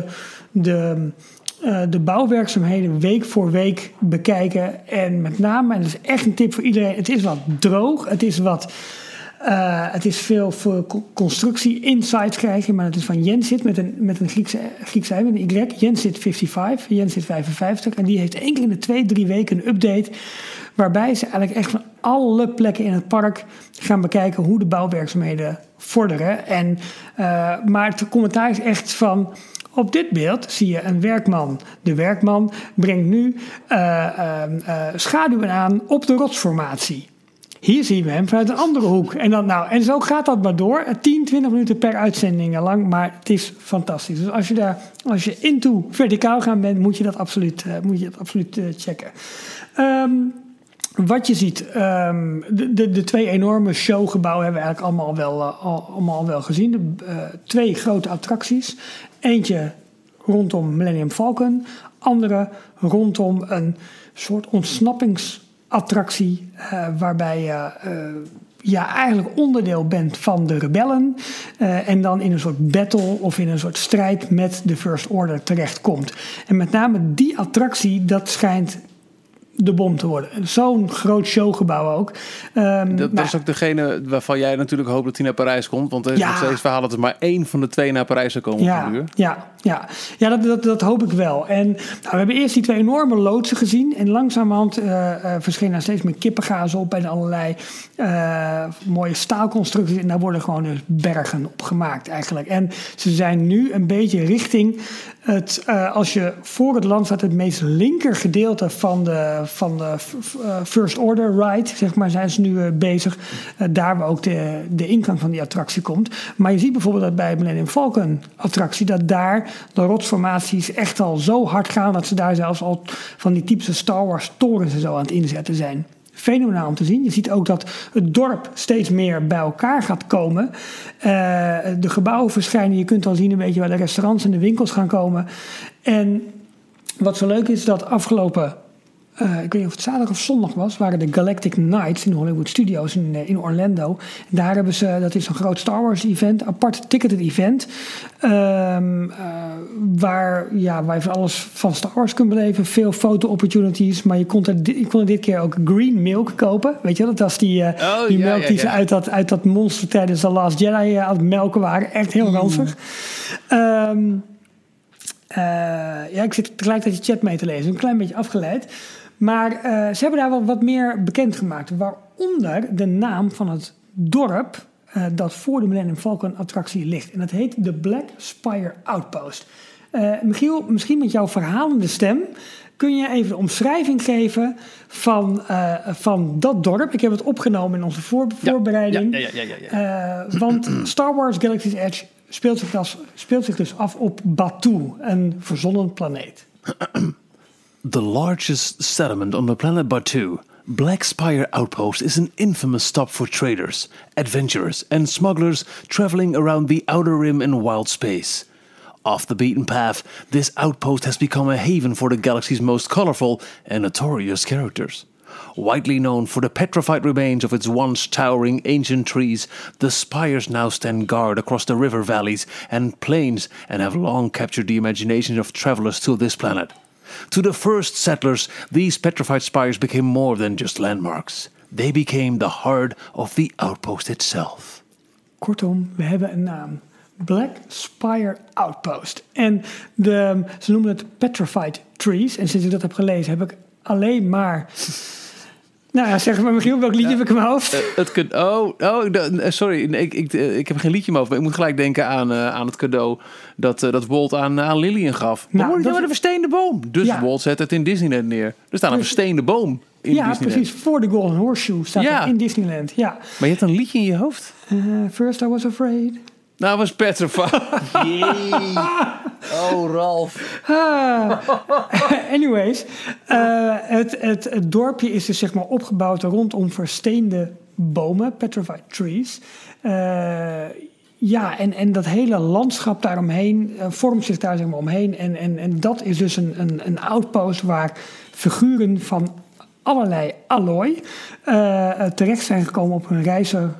de bouwwerkzaamheden week voor week bekijken. En met name, en dat is echt een tip voor iedereen. Het is wat droog. Het is veel constructie-insights krijgen, maar het is van Jensit met een Griekse met een Y. Jensit 55, Jensit 55. En die heeft één keer in de 2-3 weken een update, waarbij ze eigenlijk echt van alle plekken in het park gaan bekijken hoe de bouwwerkzaamheden vorderen. Maar het commentaar is echt van... Op dit beeld zie je een werkman. De werkman brengt nu schaduwen aan op de rotsformatie. Hier zien we hem vanuit een andere hoek. En zo gaat dat maar door. 10, 20 minuten per uitzending lang. Maar het is fantastisch. Dus als je into verticaal gaan bent, moet je dat absoluut checken. Wat je ziet, de 2 enorme showgebouwen hebben we eigenlijk allemaal wel gezien. 2 grote attracties. Eentje rondom Millennium Falcon. Andere rondom een soort ontsnappingsattractie. Waarbij je eigenlijk onderdeel bent van de rebellen. En dan in een soort battle of in een soort strijd met de First Order terechtkomt. En met name die attractie, dat schijnt de bom te worden. Zo'n groot showgebouw ook. Dat is ook degene waarvan jij natuurlijk hoopt dat hij naar Parijs komt. Want er is nog steeds verhaal dat er maar 1 van de 2 naar Parijs zou komen op een uur. Ja, dat hoop ik wel. En we hebben eerst die 2 enorme loodsen gezien. En langzamerhand verschenen daar steeds meer kippengazen op. En allerlei mooie staalconstructies. En daar worden gewoon dus bergen op gemaakt eigenlijk. En ze zijn nu een beetje richting als je voor het land staat, het meest linker gedeelte van de First Order ride, zeg maar, zijn ze nu bezig. Daar waar ook de ingang van die attractie komt. Maar je ziet bijvoorbeeld dat bij Millennium Falcon attractie, dat daar de rotsformaties echt al zo hard gaan, dat ze daar zelfs al van die typische Star Wars torens en zo aan het inzetten zijn. Fenomenaal om te zien. Je ziet ook dat het dorp steeds meer bij elkaar gaat komen. De gebouwen verschijnen. Je kunt al zien een beetje waar de restaurants en de winkels gaan komen. En wat zo leuk is, dat afgelopen ik weet niet of het zaterdag of zondag was, waren de Galactic Nights in de Hollywood Studios in Orlando. En daar hebben ze, dat is een groot Star Wars event, apart ticketed event, waar je van alles van Star Wars kunt beleven. Veel foto-opportunities, maar je kon er dit keer ook green milk kopen. Weet je, dat was die melk die ze uit dat monster tijdens The Last Jedi aan het melken waren. Echt heel ranzig. Ik zit tegelijkertijd je chat mee te lezen, een klein beetje afgeleid. Maar ze hebben daar wel wat meer bekendgemaakt. Waaronder de naam van het dorp dat voor de Millennium Falcon attractie ligt. En dat heet de Black Spire Outpost. Michiel, misschien met jouw verhalende stem kun je even de omschrijving geven van dat dorp. Ik heb het opgenomen in onze voorbereiding. Want Star Wars Galaxy's Edge speelt zich dus af op Batuu, een verzonnen planeet. The largest settlement on the planet Batuu, Black Spire Outpost is an infamous stop for traders, adventurers and smugglers traveling around the Outer Rim in wild space. Off the beaten path, this outpost has become a haven for the galaxy's most colorful and notorious characters. Widely known for the petrified remains of its once towering ancient trees, the spires now stand guard across the river valleys and plains and have long captured the imagination of travelers to this planet. To the first settlers, these petrified spires became more than just landmarks. They became the heart of the outpost itself. Kortom, we hebben een naam. Black Spire Outpost. En ze noemen het Petrified Trees. En sinds ik dat heb gelezen, heb ik alleen maar... Nou ja, zeg maar Michiel, welk liedje heb ik in mijn hoofd? Sorry, ik heb geen liedje in mijn hoofd. Maar ik moet gelijk denken aan het cadeau dat Walt aan Lillian gaf. Dan hoor je nou een versteende boom. Dus Walt zet het in Disneyland neer. Er staat een versteende boom in Disneyland. Ja, precies. Voor de Golden Horseshoe staat het in Disneyland. Ja. Maar je hebt een liedje in je hoofd? First I was afraid. Nou, was Petrified. Oh, Ralf. Anyways, het dorpje is dus zeg maar opgebouwd rondom versteende bomen, petrified trees. En dat hele landschap daaromheen vormt zich daar zeg maar omheen. En dat is dus een outpost waar figuren van allerlei allooi terecht zijn gekomen op hun reizen.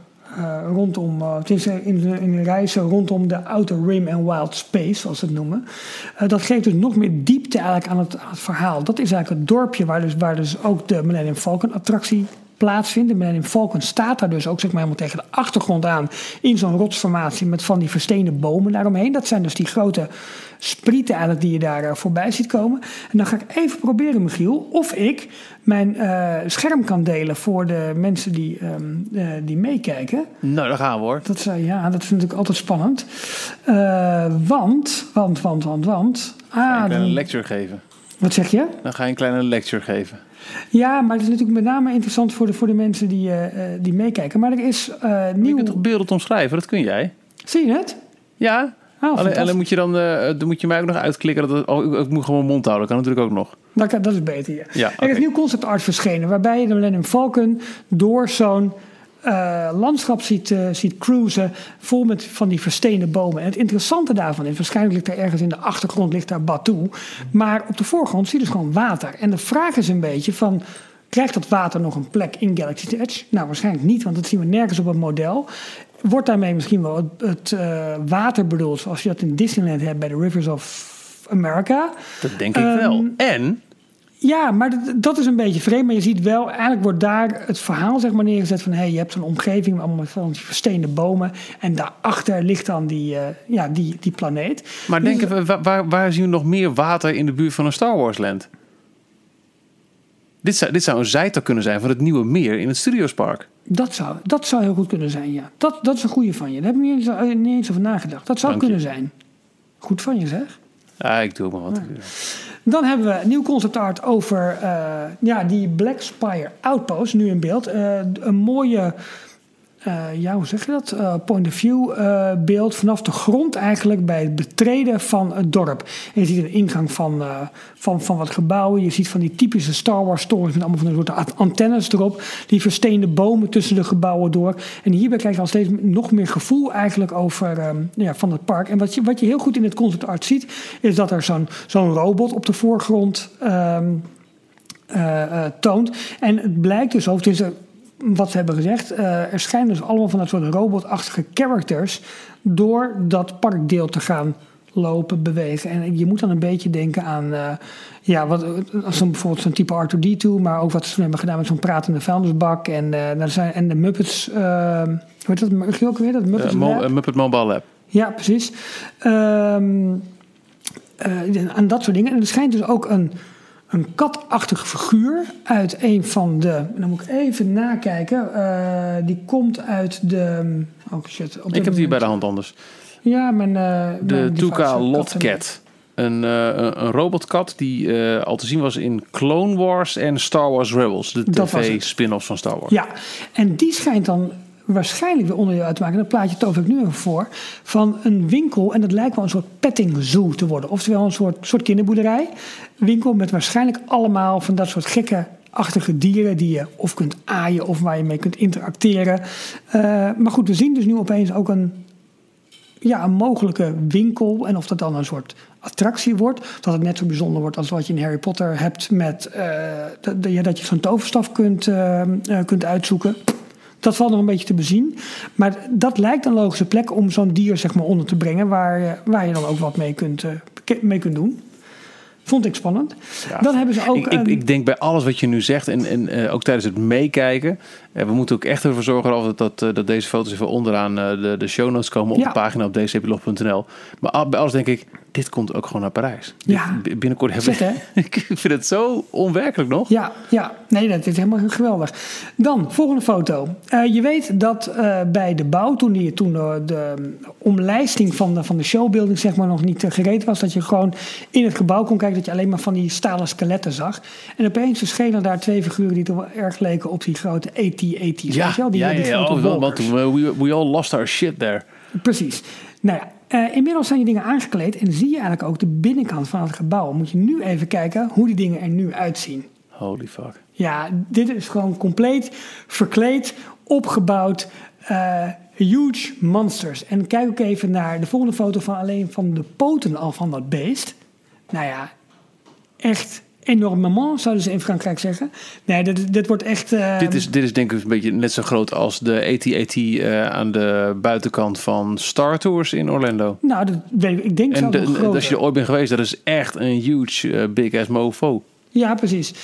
In reizen rondom de Outer Rim en Wild Space, zoals ze het noemen. Dat geeft dus nog meer diepte eigenlijk aan het verhaal. Dat is eigenlijk het dorpje waar dus ook de Millennium Falcon attractie plaatsvindt. De Millennium Falcon staat daar dus ook zeg maar helemaal tegen de achtergrond aan in zo'n rotsformatie met van die versteende bomen daaromheen. Dat zijn dus die grote sprieten eigenlijk die je daar voorbij ziet komen. En dan ga ik even proberen, Michiel, of ik mijn scherm kan delen voor de mensen die meekijken. Nou, daar gaan we hoor. Dat is natuurlijk altijd spannend. Want. Ik kan een lecture geven. Wat zeg je? Dan ga je een kleine lecture geven. Ja, maar het is natuurlijk met name interessant voor de mensen die meekijken. Maar er is nieuw... Je kunt toch beeldend omschrijven? Dat kun jij. Zie je het? Ja. Alleen moet je dan moet je mij ook nog uitklikken. Ik moet gewoon mijn mond houden. Dat kan natuurlijk ook nog. Dat is beter, ja. Ja, Er is nieuw concept art verschenen. Waarbij je de Millennium Falcon door zo'n landschap ziet cruisen. Vol met van die verstenen bomen. En het interessante daarvan is. Waarschijnlijk ligt er ergens in de achtergrond ligt daar Batuu. Maar op de voorgrond zie je dus gewoon water. En de vraag is een beetje van... Krijgt dat water nog een plek in Galaxy's Edge? Nou, waarschijnlijk niet. Want dat zien we nergens op het model. Wordt daarmee misschien wel het water bedoeld... zoals je dat in Disneyland hebt bij de Rivers of America? Dat denk ik wel. En... Ja, maar dat is een beetje vreemd. Maar je ziet wel, eigenlijk wordt daar het verhaal zeg maar neergezet van... je hebt zo'n omgeving met allemaal van die versteende bomen... en daarachter ligt dan die planeet. Maar denk even, waar zien we nog meer water in de buurt van een Star Wars land? Dit zou een zijtak kunnen zijn van het nieuwe meer in het Studiospark. Dat zou heel goed kunnen zijn, ja. Dat is een goede van je. Daar heb ik niet eens over nagedacht. Dat zou kunnen zijn. Goed van je, zeg. Ja, ik doe maar wat. Ja. Dan hebben we nieuw concept art over die Black Spire Outpost, nu in beeld. Een mooie, hoe zeg je dat? Point of view beeld vanaf de grond eigenlijk bij het betreden van het dorp. En je ziet een ingang van wat gebouwen. Je ziet van die typische Star Wars torens met allemaal van een soort antennes erop. Die versteende bomen tussen de gebouwen door. En hierbij krijg je al steeds nog meer gevoel eigenlijk over van het park. En wat je heel goed in het concept art ziet, is dat er zo'n robot op de voorgrond toont. En het blijkt dus ook... Wat ze hebben gezegd, er schijnen dus allemaal van dat soort robotachtige characters door dat parkdeel te gaan lopen, bewegen. En je moet dan een beetje denken aan, bijvoorbeeld zo'n type R2-D2, maar ook wat ze hebben gedaan met zo'n pratende vuilnisbak en de Muppets, hoe heet dat? Ook weer dat Muppets Muppet Mobile Lab. Ja, precies. Aan dat soort dingen. En er schijnt dus ook een katachtige figuur uit een van de... Dan moet ik even nakijken. Die komt uit de... Oh shit. Ik heb het hier bij de hand anders. Ja, de Tuca Lotcat. Een robotkat die al te zien was in Clone Wars en Star Wars Rebels. De tv-spin-offs van Star Wars. Ja, en die schijnt dan... waarschijnlijk weer onderdeel uit te maken. Dat plaatje toon ik nu even voor. Van een winkel. En dat lijkt wel een soort petting zoo te worden. Oftewel een soort kinderboerderij. Winkel met waarschijnlijk allemaal van dat soort gekke-achtige dieren. Die je of kunt aaien of waar je mee kunt interacteren. Maar goed, we zien dus nu opeens ook een mogelijke winkel. En of dat dan een soort attractie wordt. Dat het net zo bijzonder wordt als wat je in Harry Potter hebt. Met dat je zo'n toverstaf kunt uitzoeken. Dat valt nog een beetje te bezien. Maar dat lijkt een logische plek om zo'n dier zeg maar onder te brengen. Waar je dan ook wat mee kunt doen. Vond ik spannend. Ja. Dan hebben ze ook... Ik denk bij alles wat je nu zegt en ook tijdens het meekijken. We moeten ook echt ervoor zorgen dat deze foto's even onderaan de show notes komen op de pagina op dcplog.nl. Maar bij alles denk ik, dit komt ook gewoon naar Parijs. Ja. Binnenkort hebben we... Ik vind het zo onwerkelijk nog. Ja. Nee, dat is helemaal geweldig. Dan, volgende foto. Je weet dat bij de bouw, toen de omlijsting van de showbuilding zeg maar nog niet gereed was, dat je gewoon in het gebouw kon kijken, dat je alleen maar van die stalen skeletten zag. En opeens verschenen daar twee figuren die toch wel erg leken op die grote AT-AT's. Ja. Want we all lost our shit there. Precies. Nou ja, inmiddels zijn die dingen aangekleed en zie je eigenlijk ook de binnenkant van het gebouw. Moet je nu even kijken hoe die dingen er nu uitzien. Holy fuck. Ja, dit is gewoon compleet verkleed, opgebouwd. Huge monsters. En kijk ook even naar de volgende foto van de poten al van dat beest. Nou ja, echt enormement, zouden ze in Frankrijk zeggen. Nee, dit wordt echt... Dit is denk ik een beetje net zo groot als de AT-AT aan de buitenkant van Star Tours in Orlando. Nou, ik denk zelfs nog groter. Als je er ooit bent geweest, dat is echt een huge big ass mofo. Ja, precies.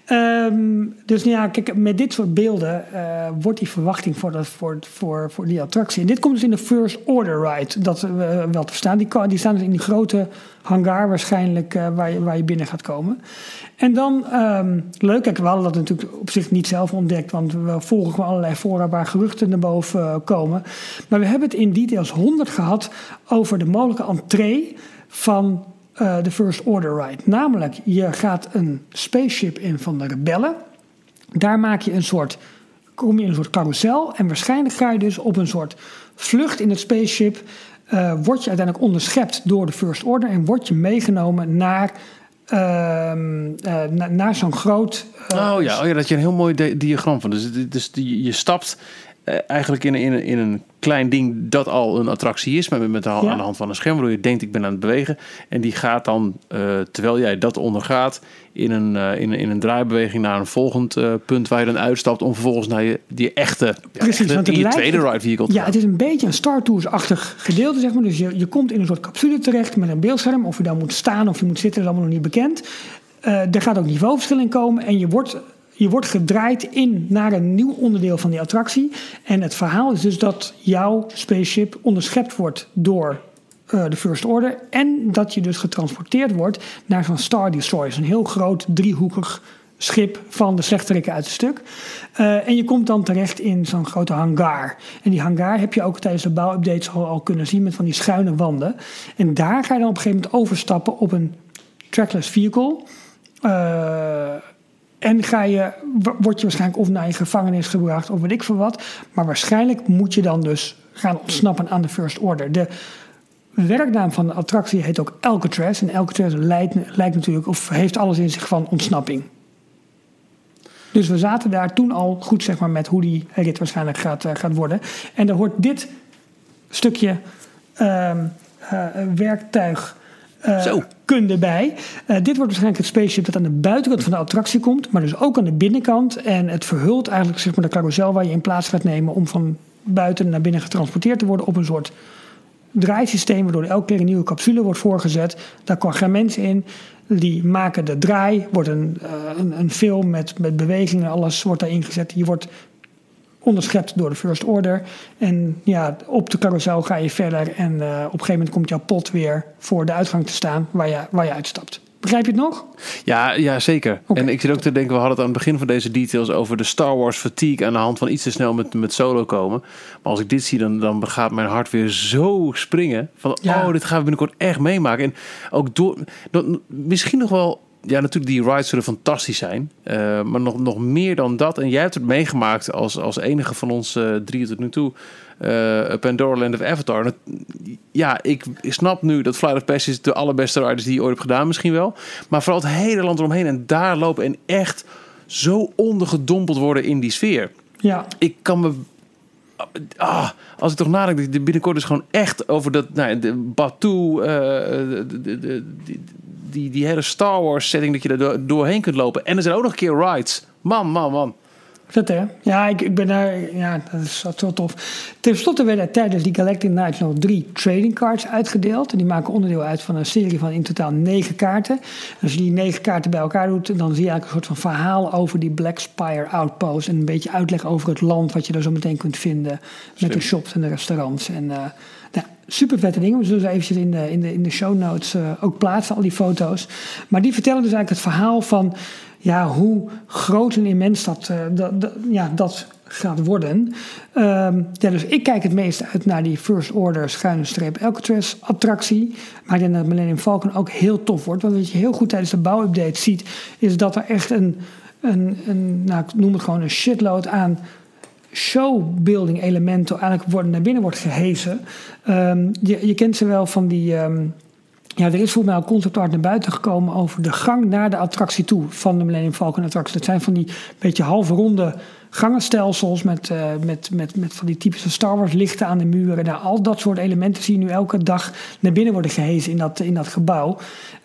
Dus ja, kijk, met dit soort beelden wordt die verwachting voor die attractie. En dit komt dus in de First Order ride, dat wel te verstaan. Die staan dus in die grote hangar waarschijnlijk waar je binnen gaat komen. En dan, leuk, kijk, we hadden dat natuurlijk op zich niet zelf ontdekt, want we volgen gewoon allerlei fora waar geruchten naar boven komen. Maar we hebben het in details 100 gehad over de mogelijke entree van de First Order ride. Namelijk, je gaat een spaceship in van de rebellen. Daar kom je in een soort carousel. En waarschijnlijk ga je dus op een soort vlucht in het spaceship. Word je uiteindelijk onderschept door de First Order. En word je meegenomen naar zo'n groot... dat je een heel mooi diagram van. Dus je stapt eigenlijk in een klein ding dat al een attractie is, maar aan de hand van een scherm, waardoor je denkt ik ben aan het bewegen. En die gaat dan, terwijl jij dat ondergaat, in een draaibeweging naar een volgend punt waar je dan uitstapt om vervolgens naar die echte, tweede ride vehicle te gaan. Het is een beetje een Star Tours-achtig gedeelte, zeg maar. Dus je komt in een soort capsule terecht met een beeldscherm. Of je dan moet staan of je moet zitten, is allemaal nog niet bekend. Er gaat ook niveauverschil in komen en je wordt gedraaid naar een nieuw onderdeel van die attractie. En het verhaal is dus dat jouw spaceship onderschept wordt door de First Order. En dat je dus getransporteerd wordt naar zo'n Star Destroyer. Een heel groot driehoekig schip van de slechterikken uit het stuk. En je komt dan terecht in zo'n grote hangar. En die hangar heb je ook tijdens de bouwupdates al kunnen zien met van die schuine wanden. En daar ga je dan op een gegeven moment overstappen op een trackless vehicle. En word je waarschijnlijk of naar je gevangenis gebracht of weet ik veel wat. Maar waarschijnlijk moet je dan dus gaan ontsnappen aan de First Order. De werknaam van de attractie heet ook Alcatraz. En Alcatraz lijkt natuurlijk, of heeft alles in zich van ontsnapping. Dus we zaten daar toen al goed, zeg maar, met hoe die rit waarschijnlijk gaat worden. En daar hoort dit stukje werktuig kunde bij. Dit wordt waarschijnlijk het spaceship dat aan de buitenkant van de attractie komt, maar dus ook aan de binnenkant. En het verhult eigenlijk, zeg maar, de carousel waar je in plaats gaat nemen om van buiten naar binnen getransporteerd te worden op een soort draaisysteem, waardoor elke keer een nieuwe capsule wordt voorgezet. Daar kan geen mensen in. Die maken de draai. Wordt een film met bewegingen. Alles wordt daar ingezet. Je wordt onderschept door de First Order. En ja, op de carousel ga je verder. En op een gegeven moment komt jouw pot weer voor de uitgang te staan waar je uitstapt. Begrijp je het nog? Ja, zeker. Okay. En ik zit ook te denken, we hadden het aan het begin van deze details over de Star Wars fatigue aan de hand van iets te snel met Solo komen. Maar als ik dit zie, dan gaat mijn hart weer zo springen. Van, dit gaan we binnenkort echt meemaken. En ook misschien nog wel, ja, natuurlijk die rides zullen fantastisch zijn. Maar nog meer dan dat. En jij hebt het meegemaakt als enige van ons drieën tot nu toe. Pandora Land of Avatar. Ja, ik snap nu dat Flight of Passage de allerbeste riders die je ooit hebt gedaan misschien wel. Maar vooral het hele land eromheen en daar lopen en echt zo ondergedompeld worden in die sfeer. Ja. Ik kan me... als ik toch nadenk, binnenkort is gewoon echt over dat... de Batuu, die hele Star Wars setting, dat je er doorheen kunt lopen. En er zijn ook nog een keer rides. Man. Vet, hè? Ja, ik ben daar... Ja, dat is zo tof. Ten slotte werden tijdens die Galactic Nights nog 3 trading cards uitgedeeld. En die maken onderdeel uit van een serie van in totaal 9 kaarten. En als je die 9 kaarten bij elkaar doet, dan zie je eigenlijk een soort van verhaal over die Black Spire Outpost. En een beetje uitleg over het land wat je daar zo meteen kunt vinden. Met de shops en de restaurants. En super vette dingen. We zullen ze eventjes in de show notes ook plaatsen, al die foto's. Maar die vertellen dus eigenlijk het verhaal van... Ja, hoe groot en immens dat gaat worden. Dus ik kijk het meest uit naar die First Order _ Alcatraz attractie. Maar ik denk dat Millennium Falcon ook heel tof wordt. Want wat je heel goed tijdens de bouwupdate ziet, is dat er echt ik noem het gewoon een shitload aan showbuilding elementen eigenlijk naar binnen wordt gehezen. Je kent ze wel van die... er is volgens mij al concept art naar buiten gekomen over de gang naar de attractie toe van de Millennium Falcon attractie. Dat zijn van die beetje halve ronde gangenstelsels met van die typische Star Wars lichten aan de muren. Nou, al dat soort elementen zie je nu elke dag naar binnen worden gehezen in dat gebouw.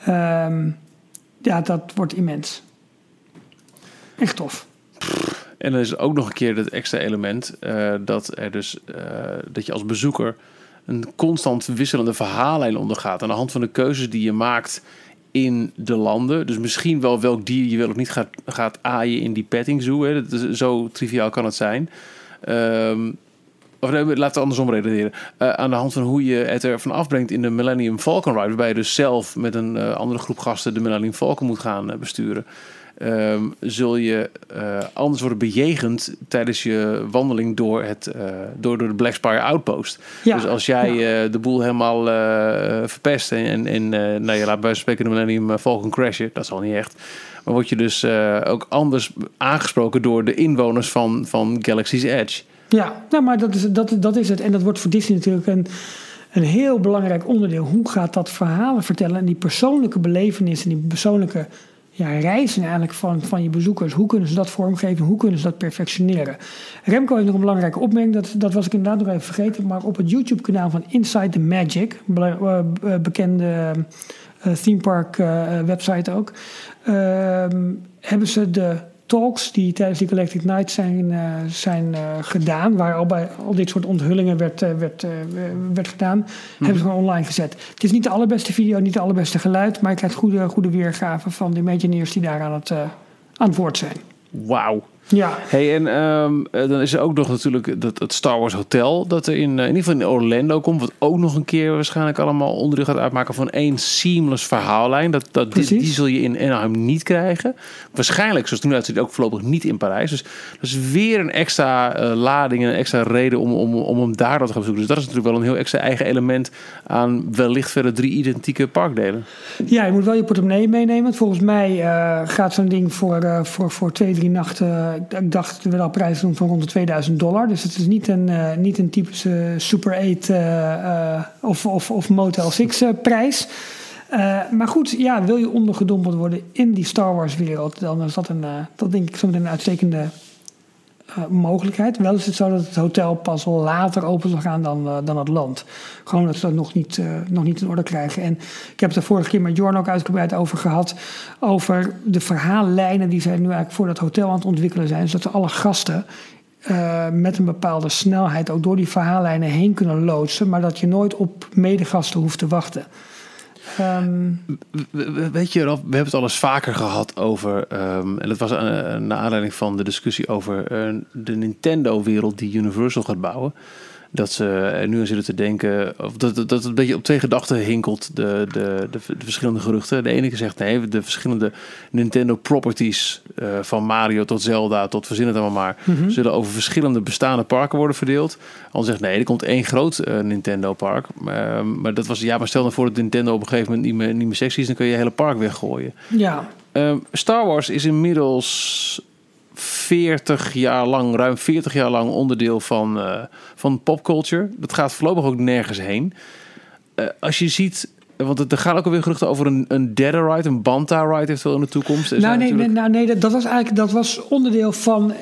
Dat wordt immens. Echt tof. En dan is er ook nog een keer het extra element dat je als bezoeker een constant wisselende verhaallijn ondergaat aan de hand van de keuzes die je maakt in de landen. Dus misschien wel welk dier je wel of niet gaat aaien in die petting zoo. Hè. Dat is, zo triviaal kan het zijn. Laten we andersom redeneren. Aan de hand van hoe je het ervan afbrengt in de Millennium Falcon ride, waarbij je dus zelf met een andere groep gasten de Millennium Falcon moet gaan besturen. zul je anders worden bejegend tijdens je wandeling door de Black Spire Outpost. Ja, dus als jij de boel helemaal verpest en je laat bij spreken de Millennium Falcon crashen, dat is al niet echt. Maar word je dus ook anders aangesproken door de inwoners van Galaxy's Edge. Ja, nou, maar dat is het. En dat wordt voor Disney natuurlijk een heel belangrijk onderdeel. Hoe gaat dat verhalen vertellen? En die persoonlijke belevenissen, die persoonlijke reizen eigenlijk van je bezoekers. Hoe kunnen ze dat vormgeven? Hoe kunnen ze dat perfectioneren? Remco heeft nog een belangrijke opmerking. Dat was ik inderdaad nog even vergeten. Maar op het YouTube-kanaal van Inside the Magic, bekende theme park website ook, hebben ze de talks die tijdens die Galactic Night zijn gedaan, waar al dit soort onthullingen werd gedaan, hebben ze gewoon online gezet. Het is niet de allerbeste video, niet de allerbeste geluid, maar je krijgt goede weergave van de Imagineers die daar aan het woord zijn. Wauw. Ja. Hey, en dan is er ook nog natuurlijk het Star Wars Hotel, dat er in ieder geval in Orlando komt, wat ook nog een keer waarschijnlijk allemaal onderdeel gaat uitmaken van één seamless verhaallijn. Die zul je in Anaheim niet krijgen. Waarschijnlijk, zoals het nu uitziet, ook voorlopig niet in Parijs. Dus dat is weer een extra lading en een extra reden om hem daar te gaan bezoeken. Dus dat is natuurlijk wel een heel extra eigen element aan wellicht verder 3 identieke parkdelen. Ja, je moet wel je portemonnee meenemen. Want volgens mij gaat zo'n ding voor 2-3 nachten. Ik dacht dat we al prijzen doen van rond de $2000. Dus het is niet een typische Super 8 of Motel 6 prijs. Maar goed, wil je ondergedompeld worden in die Star Wars wereld, dan is dat denk ik zometeen een uitstekende mogelijkheid. Wel is het zo dat het hotel pas later open zal gaan dan het land. Gewoon dat ze dat nog niet in orde krijgen. En ik heb het er vorige keer met Jorn ook uitgebreid over gehad. Over de verhaallijnen die zij nu eigenlijk voor dat hotel aan het ontwikkelen zijn. Zodat ze alle gasten met een bepaalde snelheid ook door die verhaallijnen heen kunnen loodsen. Maar dat je nooit op medegasten hoeft te wachten. Weet je, we hebben het al eens vaker gehad over, en dat was naar aanleiding van de discussie over de Nintendo-wereld die Universal gaat bouwen. Dat ze er nu aan zitten te denken, of dat het een beetje op 2 gedachten hinkelt, de verschillende geruchten. De ene zegt nee, de verschillende Nintendo properties, van Mario tot Zelda tot verzin het allemaal maar, zullen over verschillende bestaande parken worden verdeeld. Ander zegt nee, er komt 1 groot Nintendo park. Maar dat was, maar stel nou voor dat Nintendo op een gegeven moment niet meer sexy is, dan kun je hele park weggooien. Ja. Star Wars is inmiddels 40 jaar lang, ruim 40 jaar lang onderdeel van popculture. Dat gaat voorlopig ook nergens heen. Als je ziet, want er gaan ook alweer geruchten over een derde ride, een Banta ride eventueel in de toekomst. Dat was onderdeel van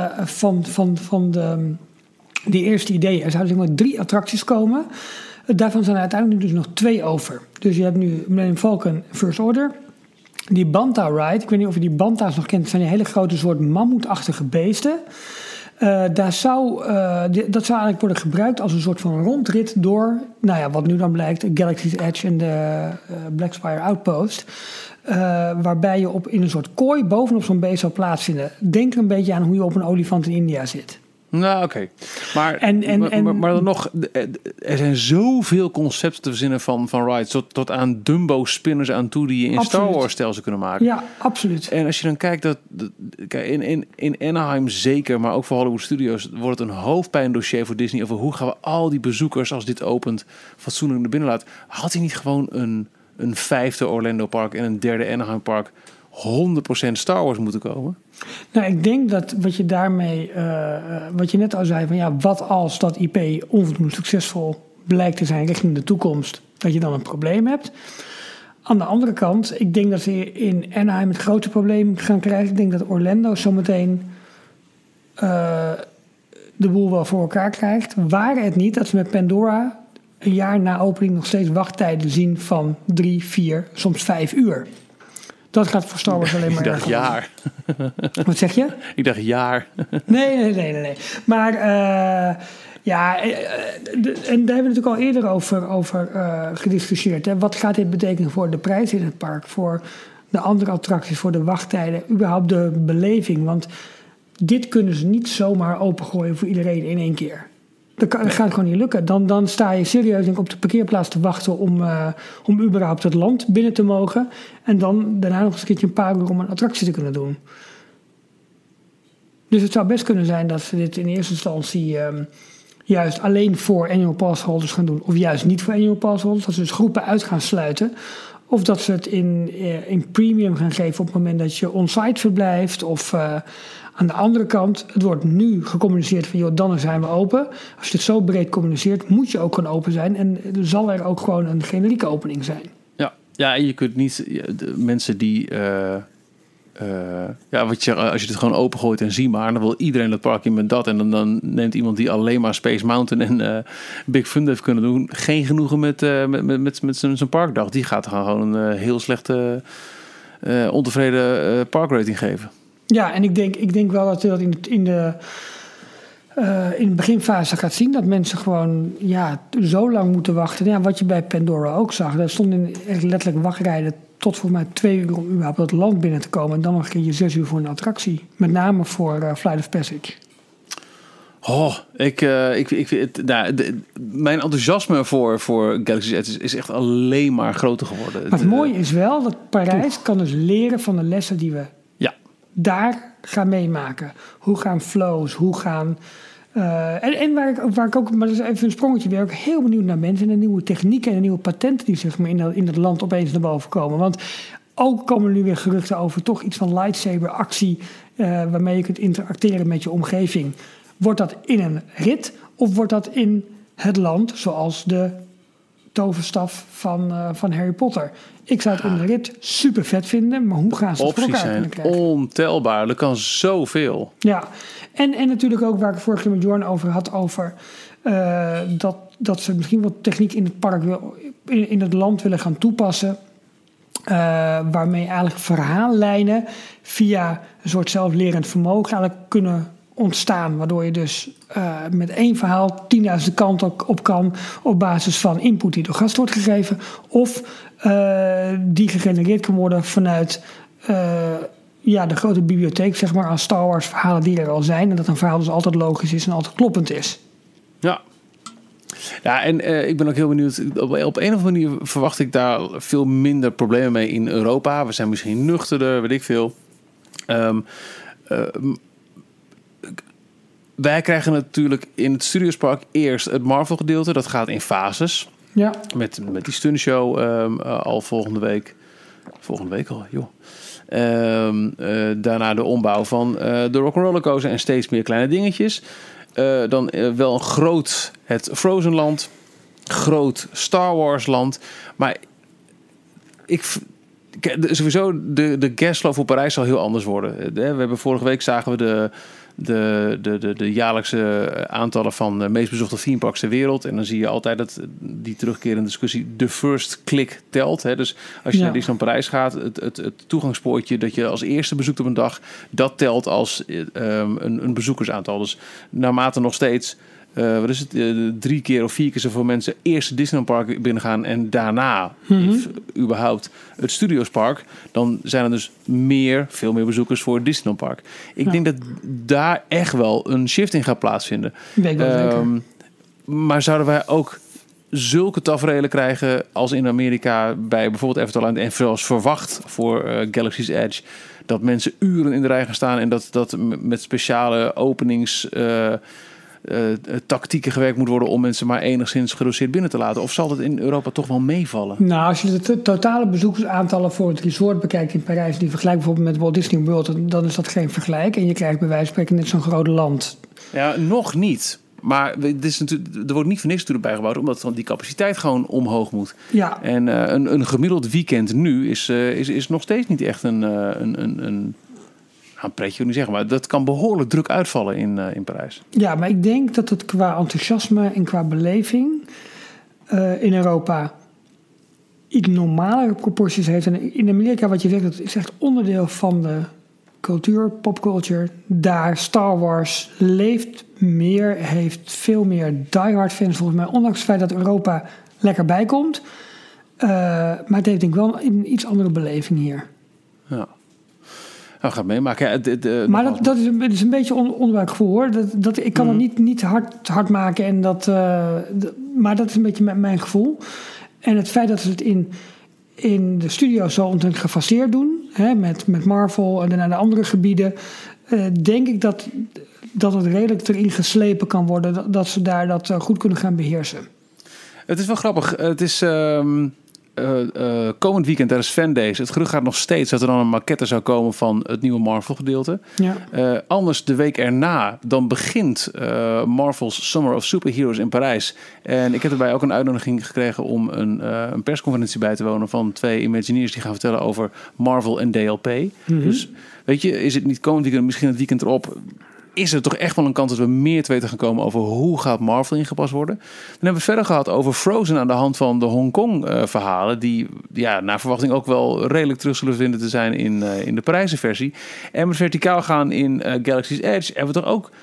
die eerste ideeën. Er zouden maar 3 attracties komen. Daarvan zijn er uiteindelijk dus nog 2 over. Dus je hebt nu Millennium Falcon First Order. Die Banta ride, ik weet niet of je die Banta's nog kent, het zijn die hele grote soort mammoetachtige beesten. Dat zou eigenlijk worden gebruikt als een soort van rondrit door, wat nu dan blijkt, Galaxy's Edge en de Black Spire Outpost. Waarbij je in een soort kooi bovenop zo'n beest zou plaatsvinden. Denk er een beetje aan hoe je op een olifant in India zit. Nou, oké. Maar dan nog, er zijn zoveel concepten te verzinnen van rides, tot aan Dumbo-spinners aan toe die je in absoluut. Star Wars-stijl zou kunnen maken. Ja, absoluut. En als je dan kijkt, in Anaheim zeker, maar ook voor Hollywood Studios, wordt het een hoofdpijndossier voor Disney over hoe gaan we al die bezoekers, als dit opent, fatsoenlijk naar binnen laten. Had hij niet gewoon een 5e Orlando Park en een 3e Anaheim Park 100% Star Wars moeten komen? Nou, ik denk dat wat je daarmee, wat je net al zei, van wat als dat IP onvoldoende succesvol blijkt te zijn richting de toekomst, dat je dan een probleem hebt. Aan de andere kant, ik denk dat ze in Anaheim het grote probleem gaan krijgen. Ik denk dat Orlando zometeen de boel wel voor elkaar krijgt. Waren het niet dat ze met Pandora een jaar na opening nog steeds wachttijden zien van 3, 4, soms 5 uur. Dat gaat voor Star Wars alleen maar erg. Ik dacht jaar. Wat zeg je? Ik dacht jaar. Nee. Maar en daar hebben we natuurlijk al eerder over gediscussieerd. Hè. Wat gaat dit betekenen voor de prijs in het park? Voor de andere attracties, voor de wachttijden, überhaupt de beleving? Want dit kunnen ze niet zomaar opengooien voor iedereen in één keer. Dat gaat gewoon niet lukken. Dan sta je serieus denk ik, op de parkeerplaats te wachten om überhaupt het land binnen te mogen. En dan daarna nog eens een keertje een paar uur om een attractie te kunnen doen. Dus het zou best kunnen zijn dat ze dit in eerste instantie juist alleen voor annual pass holders gaan doen. Of juist niet voor annual pass holders. Dat ze dus groepen uit gaan sluiten. Of dat ze het in premium gaan geven op het moment dat je on-site verblijft. Of aan de andere kant, het wordt nu gecommuniceerd van, joh, dan zijn we open. Als je het zo breed communiceert, moet je ook gewoon open zijn. En zal er ook gewoon een generieke opening zijn. Ja, en je kunt niet de mensen die... wat je, als je het gewoon opengooit en zie maar, dan wil iedereen dat park in met dat. En dan neemt iemand die alleen maar Space Mountain en Big Fun heeft kunnen doen, geen genoegen met zijn parkdag. Die gaat gewoon een heel slechte, ontevreden parkrating geven. Ja, en ik denk wel dat in de beginfase gaat zien dat mensen gewoon zo lang moeten wachten. Ja, wat je bij Pandora ook zag. Daar stonden echt letterlijk wachtrijden tot voor mij 2 uur om überhaupt het land binnen te komen. En dan nog een keertje 6 uur voor een attractie. Met name voor Flight of Passage. Mijn enthousiasme voor Galaxy's Edge is echt alleen maar groter geworden. Maar het mooie is wel dat Parijs kan dus leren van de lessen die we daar gaan meemaken. Hoe gaan flows, hoe gaan... En waar ik ook, maar dat is even een sprongetje weer, ook heel benieuwd naar mensen en de nieuwe technieken en de nieuwe patenten die zeg maar in het land opeens naar boven komen. Want ook komen er nu weer geruchten over toch iets van lightsaber actie, waarmee je kunt interacteren met je omgeving. Wordt dat in een rit of wordt dat in het land, zoals de toverstaf van Harry Potter? Ik zou het in de rit super vet vinden, maar hoe gaan ze het voor elkaar kunnen krijgen? Ontelbaar, er kan zoveel. Ja, en natuurlijk ook waar ik vorige keer met Jorn over had, over dat ze misschien wat techniek in het park, in het land willen gaan toepassen. Waarmee eigenlijk verhaallijnen via een soort zelflerend vermogen eigenlijk kunnen ontstaan. Waardoor je dus met één verhaal 10.000 kanten op kan op basis van input die door gast wordt gegeven. Of die gegenereerd kan worden vanuit de grote bibliotheek, zeg maar, aan Star Wars verhalen die er al zijn. En dat een verhaal dus altijd logisch is en altijd kloppend is. Ja, en ik ben ook heel benieuwd. Op een of andere manier verwacht ik daar veel minder problemen mee in Europa. We zijn misschien nuchterder, weet ik veel. Wij krijgen natuurlijk in het Studiospark eerst het Marvel gedeelte. Dat gaat in fases. Ja. Met die stuntshow al volgende week. Volgende week al, joh. Daarna de ombouw van de Rock'n'Roller Coaster en steeds meer kleine dingetjes. Dan wel een groot het Frozen land. Groot Star Wars land. Maar sowieso de gasflow voor Parijs zal heel anders worden. We hebben vorige week zagen we de jaarlijkse aantallen van de meest bezochte theme parks ter wereld. En dan zie je altijd dat die terugkerende discussie de first click telt. Hè. Dus als je naar Disneyland Parijs gaat, het toegangspoortje dat je als eerste bezoekt op een dag, dat telt als een bezoekersaantal. Dus naarmate nog steeds 3 keer of 4 keer zoveel mensen eerst het Disneyland Park binnengaan en daarna überhaupt het Studiospark, dan zijn er dus veel meer bezoekers voor het Disneyland Park. Ik denk dat daar echt wel een shift in gaat plaatsvinden. Maar zouden wij ook zulke taferelen krijgen als in Amerika bij bijvoorbeeld Evertoland en zoals verwacht voor Galaxy's Edge, dat mensen uren in de rij gaan staan en dat met speciale openings tactieken gewerkt moet worden om mensen maar enigszins gedoseerd binnen te laten? Of zal dat in Europa toch wel meevallen? Nou, als je de totale bezoekersaantallen voor het resort bekijkt in Parijs, die vergelijkt bijvoorbeeld met Walt Disney World, dan is dat geen vergelijk. En je krijgt bij wijze van spreken net zo'n groot land. Ja, nog niet. Maar dit is natuurlijk, er wordt niet voor niks natuurlijk bijgebouwd, omdat die capaciteit gewoon omhoog moet. Ja. En een gemiddeld weekend nu is nog steeds niet echt een pretje, wil niet zeggen, maar dat kan behoorlijk druk uitvallen in Parijs. Ja, maar ik denk dat het qua enthousiasme en qua beleving in Europa iets normalere proporties heeft. En in Amerika, wat je zegt, dat is echt onderdeel van de cultuur, popculture. Daar Star Wars leeft meer, heeft veel meer diehard fans volgens mij, ondanks het feit dat Europa lekker bijkomt. Maar het heeft denk ik wel een iets andere beleving hier. Ja. Nou, gaat meemaken. Ja, maar dat is een beetje onderbuikgevoel hoor. Ik kan het niet hard maken. En maar dat is een beetje mijn gevoel. En het feit dat ze het in de studio zo ontzettend gefaseerd doen. Hè, met Marvel en naar de andere gebieden. Denk ik dat het redelijk erin geslepen kan worden. Dat ze daar dat goed kunnen gaan beheersen. Het is wel grappig. Het is komend weekend, daar is Fandays. Het gerucht gaat nog steeds dat er dan een maquette zou komen van het nieuwe Marvel gedeelte. Ja. Anders de week erna, dan begint Marvel's Summer of Superheroes in Parijs. En ik heb erbij ook een uitnodiging gekregen om een persconferentie bij te wonen van 2 Imagineers die gaan vertellen over Marvel en DLP. Mm-hmm. Dus weet je, is het niet komend weekend, misschien het weekend erop, is er toch echt wel een kans dat we meer te weten gaan komen over hoe gaat Marvel ingepast worden. Dan hebben we het verder gehad over Frozen aan de hand van de Hongkong verhalen, die naar verwachting ook wel redelijk terug zullen vinden te zijn in de prijzenversie. En met verticaal gaan in Galaxy's Edge hebben we toch ook,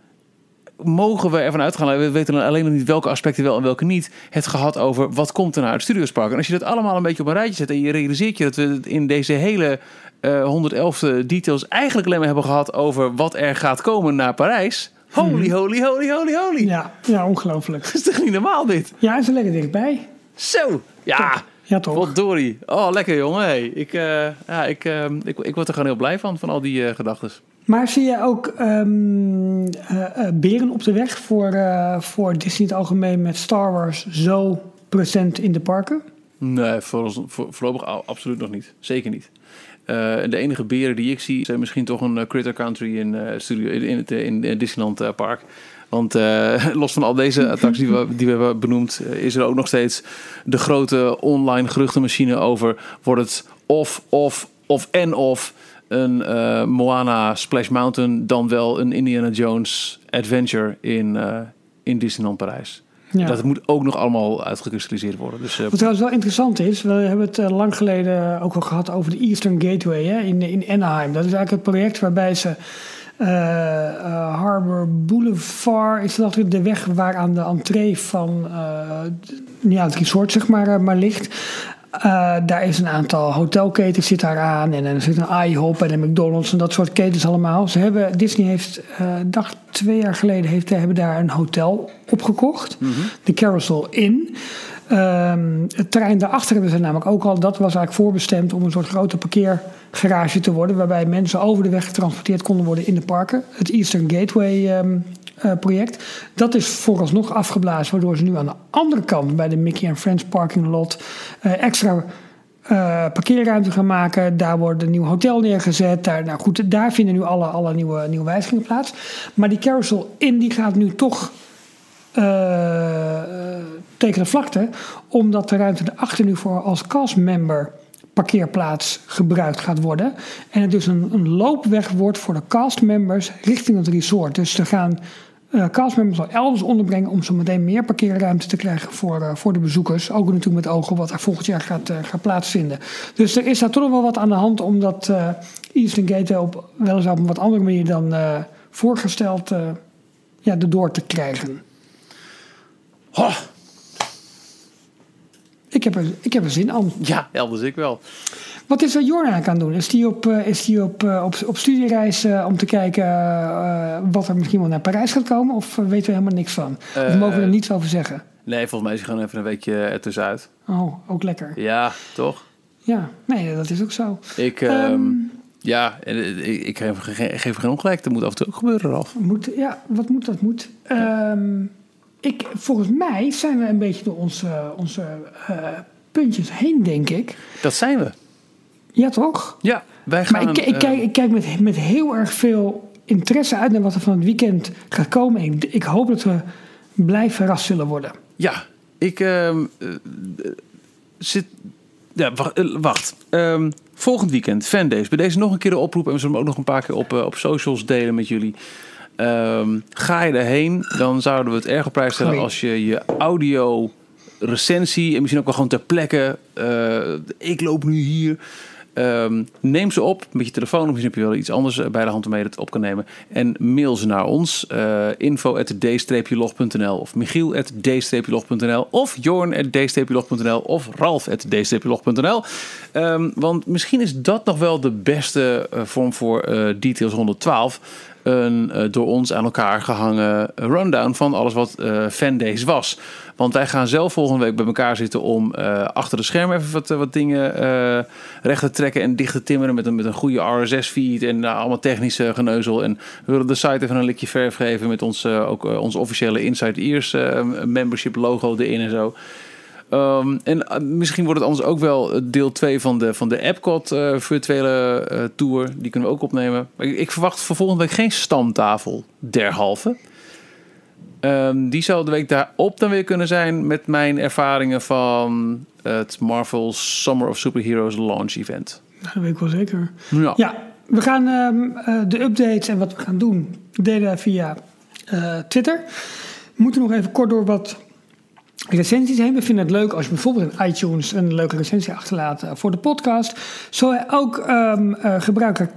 mogen we ervan uitgaan, we weten alleen nog niet welke aspecten wel en welke niet, het gehad over wat komt er naar het Studiospark. En als je dat allemaal een beetje op een rijtje zet en je realiseert je dat we in deze hele 111 details eigenlijk alleen maar hebben gehad over wat er gaat komen naar Parijs. Holy, holy, holy, holy, holy. Ja, ongelooflijk. Dat is toch niet normaal dit? Ja, is er lekker dichtbij. Zo, ja. Ja, toch. Verdorie. Oh, lekker jongen. Hey. Ik word er gewoon heel blij van al die gedachten. Maar zie je ook beren op de weg voor Disney in het algemeen met Star Wars zo present in de parken? Nee, voorlopig absoluut nog niet. Zeker niet. De enige beren die ik zie zijn misschien toch een Critter Country in Disneyland Park. Want los van al deze attracties die we hebben benoemd, is er ook nog steeds de grote online geruchtenmachine over. Wordt het of een Moana Splash Mountain dan wel een Indiana Jones Adventure in Disneyland Parijs. Ja. Dat moet ook nog allemaal uitgekristalliseerd worden. Dus, wat trouwens wel interessant is, we hebben het lang geleden ook al gehad over de Eastern Gateway in Anaheim. Dat is eigenlijk het project waarbij ze Harbor Boulevard is dat de weg waar aan de entree van het resort zeg maar ligt. Daar is een aantal hotelketens zit daar aan en er zit een IHOP en een McDonald's en dat soort ketens allemaal. Disney heeft, dacht 2 jaar geleden, hebben daar een hotel opgekocht. Mm-hmm. De Carousel Inn. Het terrein daarachter hebben ze namelijk ook al, dat was eigenlijk voorbestemd om een soort grote parkeergarage te worden, waarbij mensen over de weg getransporteerd konden worden in de parken. Het Eastern Gateway project. Dat is vooralsnog afgeblazen, waardoor ze nu aan de andere kant bij de Mickey & Friends parking lot extra parkeerruimte gaan maken. Daar wordt een nieuw hotel neergezet. Daar vinden nu alle nieuwe wijzigingen plaats. Maar die Carousel Inn die gaat nu toch tegen de vlakte, omdat de ruimte erachter nu voor als castmember parkeerplaats gebruikt gaat worden. En het dus een loopweg wordt voor de castmembers richting het resort. Dus ze gaan castmembers al elders onderbrengen om zo meteen meer parkeerruimte te krijgen voor de bezoekers. Ook natuurlijk met oog op wat er volgend jaar gaat plaatsvinden. Dus er is daar toch nog wel wat aan de hand om dat Eastern Gateway weliswaar op een wat andere manier dan voorgesteld erdoor te krijgen. Oh. Ik heb er zin aan. Ja, elders ik wel. Wat is er Jorna aan doen? Is die op studiereis om te kijken wat er misschien wel naar Parijs gaat komen? Of weten we helemaal niks van? Of mogen we er niets over zeggen? Nee, volgens mij is hij gewoon even een weekje ertussenuit. Oh, ook lekker. Ja, toch? Ja, nee, dat is ook zo. Ik geef geen ongelijk. Dat moet af en toe ook gebeuren, Ralf. Wat moet, dat moet. Volgens mij zijn we een beetje door onze puntjes heen, denk ik. Dat zijn we. Ja, toch? Ja, wij gaan... Maar ik kijk met heel erg veel interesse uit naar wat er van het weekend gaat komen. Ik hoop dat we blij verrast zullen worden. Ja, wacht. Volgend weekend, Fandays. Bij deze nog een keer de oproep. En we zullen hem ook nog een paar keer op socials delen met jullie. Ga je erheen, dan zouden we het erg op prijs stellen als je audio recensie en misschien ook wel gewoon ter plekke. Ik loop nu hier. Neem ze op met je telefoon of misschien heb je wel iets anders bij de hand waarmee je het op kan nemen. En mail ze naar ons. info@d-log.nl of michiel@d-log.nl of jorn@d-log.nl of ralf@d-log.nl. Want misschien is dat nog wel de beste vorm voor Details 112. Een door ons aan elkaar gehangen rundown van alles wat Fandays was. Want wij gaan zelf volgende week bij elkaar zitten om achter de schermen even wat dingen recht te trekken en dicht te timmeren met een goede RSS-feed en allemaal technische geneuzel. En we willen de site even een likje verf geven met ons officiële Inside Ears membership logo erin en zo. En misschien wordt het anders ook wel deel 2 van de Epcot virtuele tour. Die kunnen we ook opnemen. Ik verwacht voor volgende week geen stamtafel derhalve. Die zou de week daarop dan weer kunnen zijn met mijn ervaringen van het Marvel Summer of Superheroes launch event. Dat weet ik wel zeker. Ja, we gaan de updates en wat we gaan doen delen via Twitter. We moeten nog even kort door wat recensies heen. We vinden het leuk als je bijvoorbeeld in iTunes een leuke recensie achterlaat voor de podcast. Zo ook gebruiker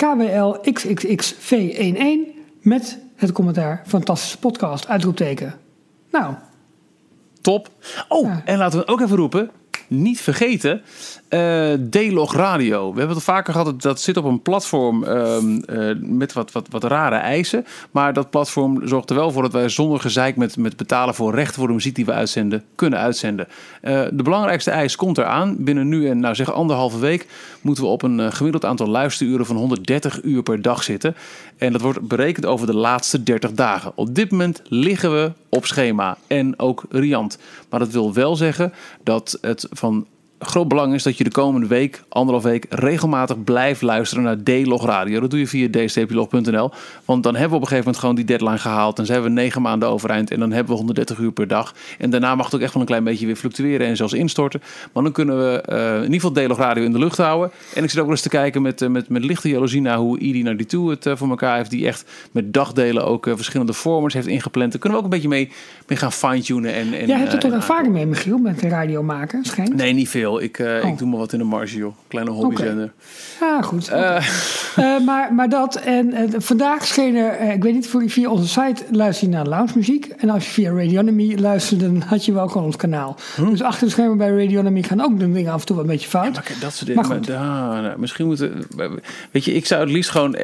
KWLXXXV11 met het commentaar fantastische podcast, uitroepteken. Nou. Top. Oh, ja. En laten we ook even roepen, niet vergeten, D-Log Radio. We hebben het vaker gehad, dat zit op een platform met wat rare eisen. Maar dat platform zorgt er wel voor dat wij zonder gezeik met betalen voor rechten voor de muziek die we uitzenden, kunnen uitzenden. De belangrijkste eis komt eraan. Binnen nu en zeg 1,5 week moeten we op een gemiddeld aantal luisteruren van 130 uur per dag zitten. En dat wordt berekend over de laatste 30 dagen. Op dit moment liggen we op schema en ook riant. Maar dat wil wel zeggen dat het van groot belang is dat je de komende week, 1,5 week, regelmatig blijft luisteren naar D-Log Radio. Dat doe je via d-log.nl. Want dan hebben we op een gegeven moment gewoon die deadline gehaald. Dan zijn we 9 maanden overeind en dan hebben we 130 uur per dag. En daarna mag het ook echt wel een klein beetje weer fluctueren en zelfs instorten. Maar dan kunnen we in ieder geval D-Log Radio in de lucht houden. En ik zit ook wel eens te kijken met lichte jaloezie naar hoe ID92 het voor elkaar heeft. Die echt met dagdelen ook verschillende formats heeft ingepland. Daar kunnen we ook een beetje mee gaan fine-tunen. Jij hebt er toch ervaring mee, Michiel, met radio maken? Schijnt? Nee, niet veel. Ik doe maar wat in de marge, joh. Kleine hobbyzender. Ja, goed. Maar dat. En vandaag scheen er, ik weet niet, via onze site luister je naar loungemuziek. En als je via Radionomy luisterde, dan had je wel gewoon ons kanaal. Dus achter de schermen bij Radionomy gaan ook de dingen af en toe wel een beetje fout. Ja, maar dat soort dingen. Misschien moeten... Weet je, ik zou het liefst gewoon...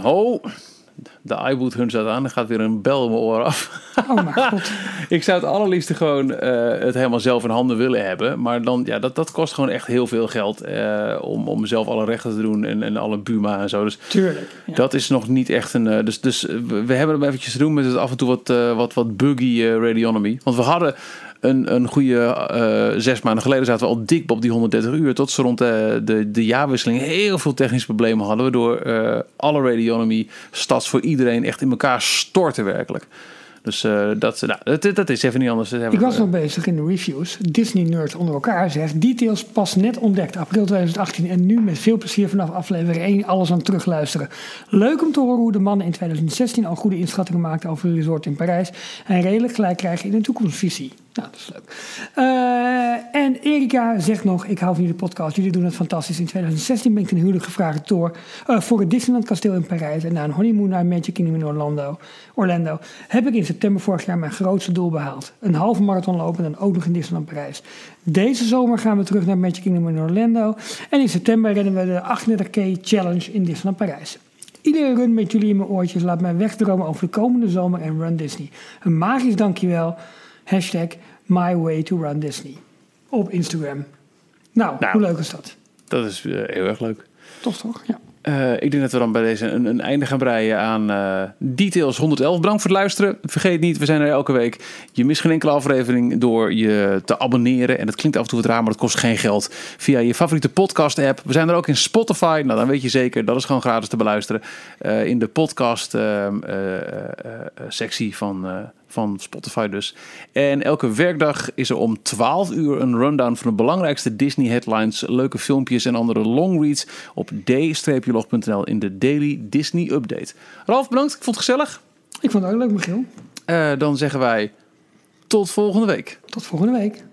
De iBoot hun zat aan, er gaat weer een bel in mijn oor af. Oh mijn god. Ik zou het allerliefste gewoon het helemaal zelf in handen willen hebben. Maar dan, ja, dat kost gewoon echt heel veel geld om zelf alle rechten te doen en alle Buma en zo. Dus tuurlijk. Ja. Dat is nog niet echt een... Dus we hebben hem eventjes te doen met het af en toe wat buggy Radionomy. Want we hadden... Een goede 6 maanden geleden zaten we al dik op die 130 uur. Tot ze rond de jaarwisseling heel veel technische problemen hadden. Waardoor alle Radionomy stads voor iedereen echt in elkaar storten werkelijk. Dus dat is even niet anders. Ik was nog bezig in de reviews. Disney Nerds onder elkaar zegt... Details pas net ontdekt, april 2018... en nu met veel plezier vanaf aflevering 1 alles aan terugluisteren. Leuk om te horen hoe de mannen in 2016 al goede inschattingen maakten... over het resort in Parijs... en redelijk gelijk krijgen in een toekomstvisie. Nou, dat is leuk. En Erika zegt nog... ik hou van jullie podcast, jullie doen het fantastisch. In 2016 ben ik ten huwelijk gevraagd voor het Disneyland kasteel in Parijs... en na een honeymoon naar Magic Kingdom in Orlando... heb ik in september vorig jaar mijn grootste doel behaald. Een halve marathon lopen en dan ook nog in Disneyland Parijs. Deze zomer gaan we terug naar Magic Kingdom in Orlando. En in september rennen we de 38K Challenge in Disneyland Parijs. Iedere run met jullie in mijn oortjes laat mij wegdromen over de komende zomer en Run Disney. Een magisch dankjewel. #MyWayToRunDisney. Op Instagram. Nou, hoe leuk is dat? Dat is heel erg leuk. Toch? Ja. Ik denk dat we dan bij deze een einde gaan breien aan Details 111. Bedankt voor het luisteren. Vergeet niet, we zijn er elke week. Je mist geen enkele aflevering door je te abonneren. En dat klinkt af en toe wat raar, maar dat kost geen geld. Via je favoriete podcast app. We zijn er ook in Spotify. Nou, dan weet je zeker, dat is gewoon gratis te beluisteren. In de podcast sectie van Spotify dus. En elke werkdag is er om 12 uur een rundown van de belangrijkste Disney headlines, leuke filmpjes en andere longreads op d-log.nl in de Daily Disney Update. Ralf, bedankt. Ik vond het gezellig. Ik vond het ook leuk, Michiel. Dan zeggen wij tot volgende week. Tot volgende week.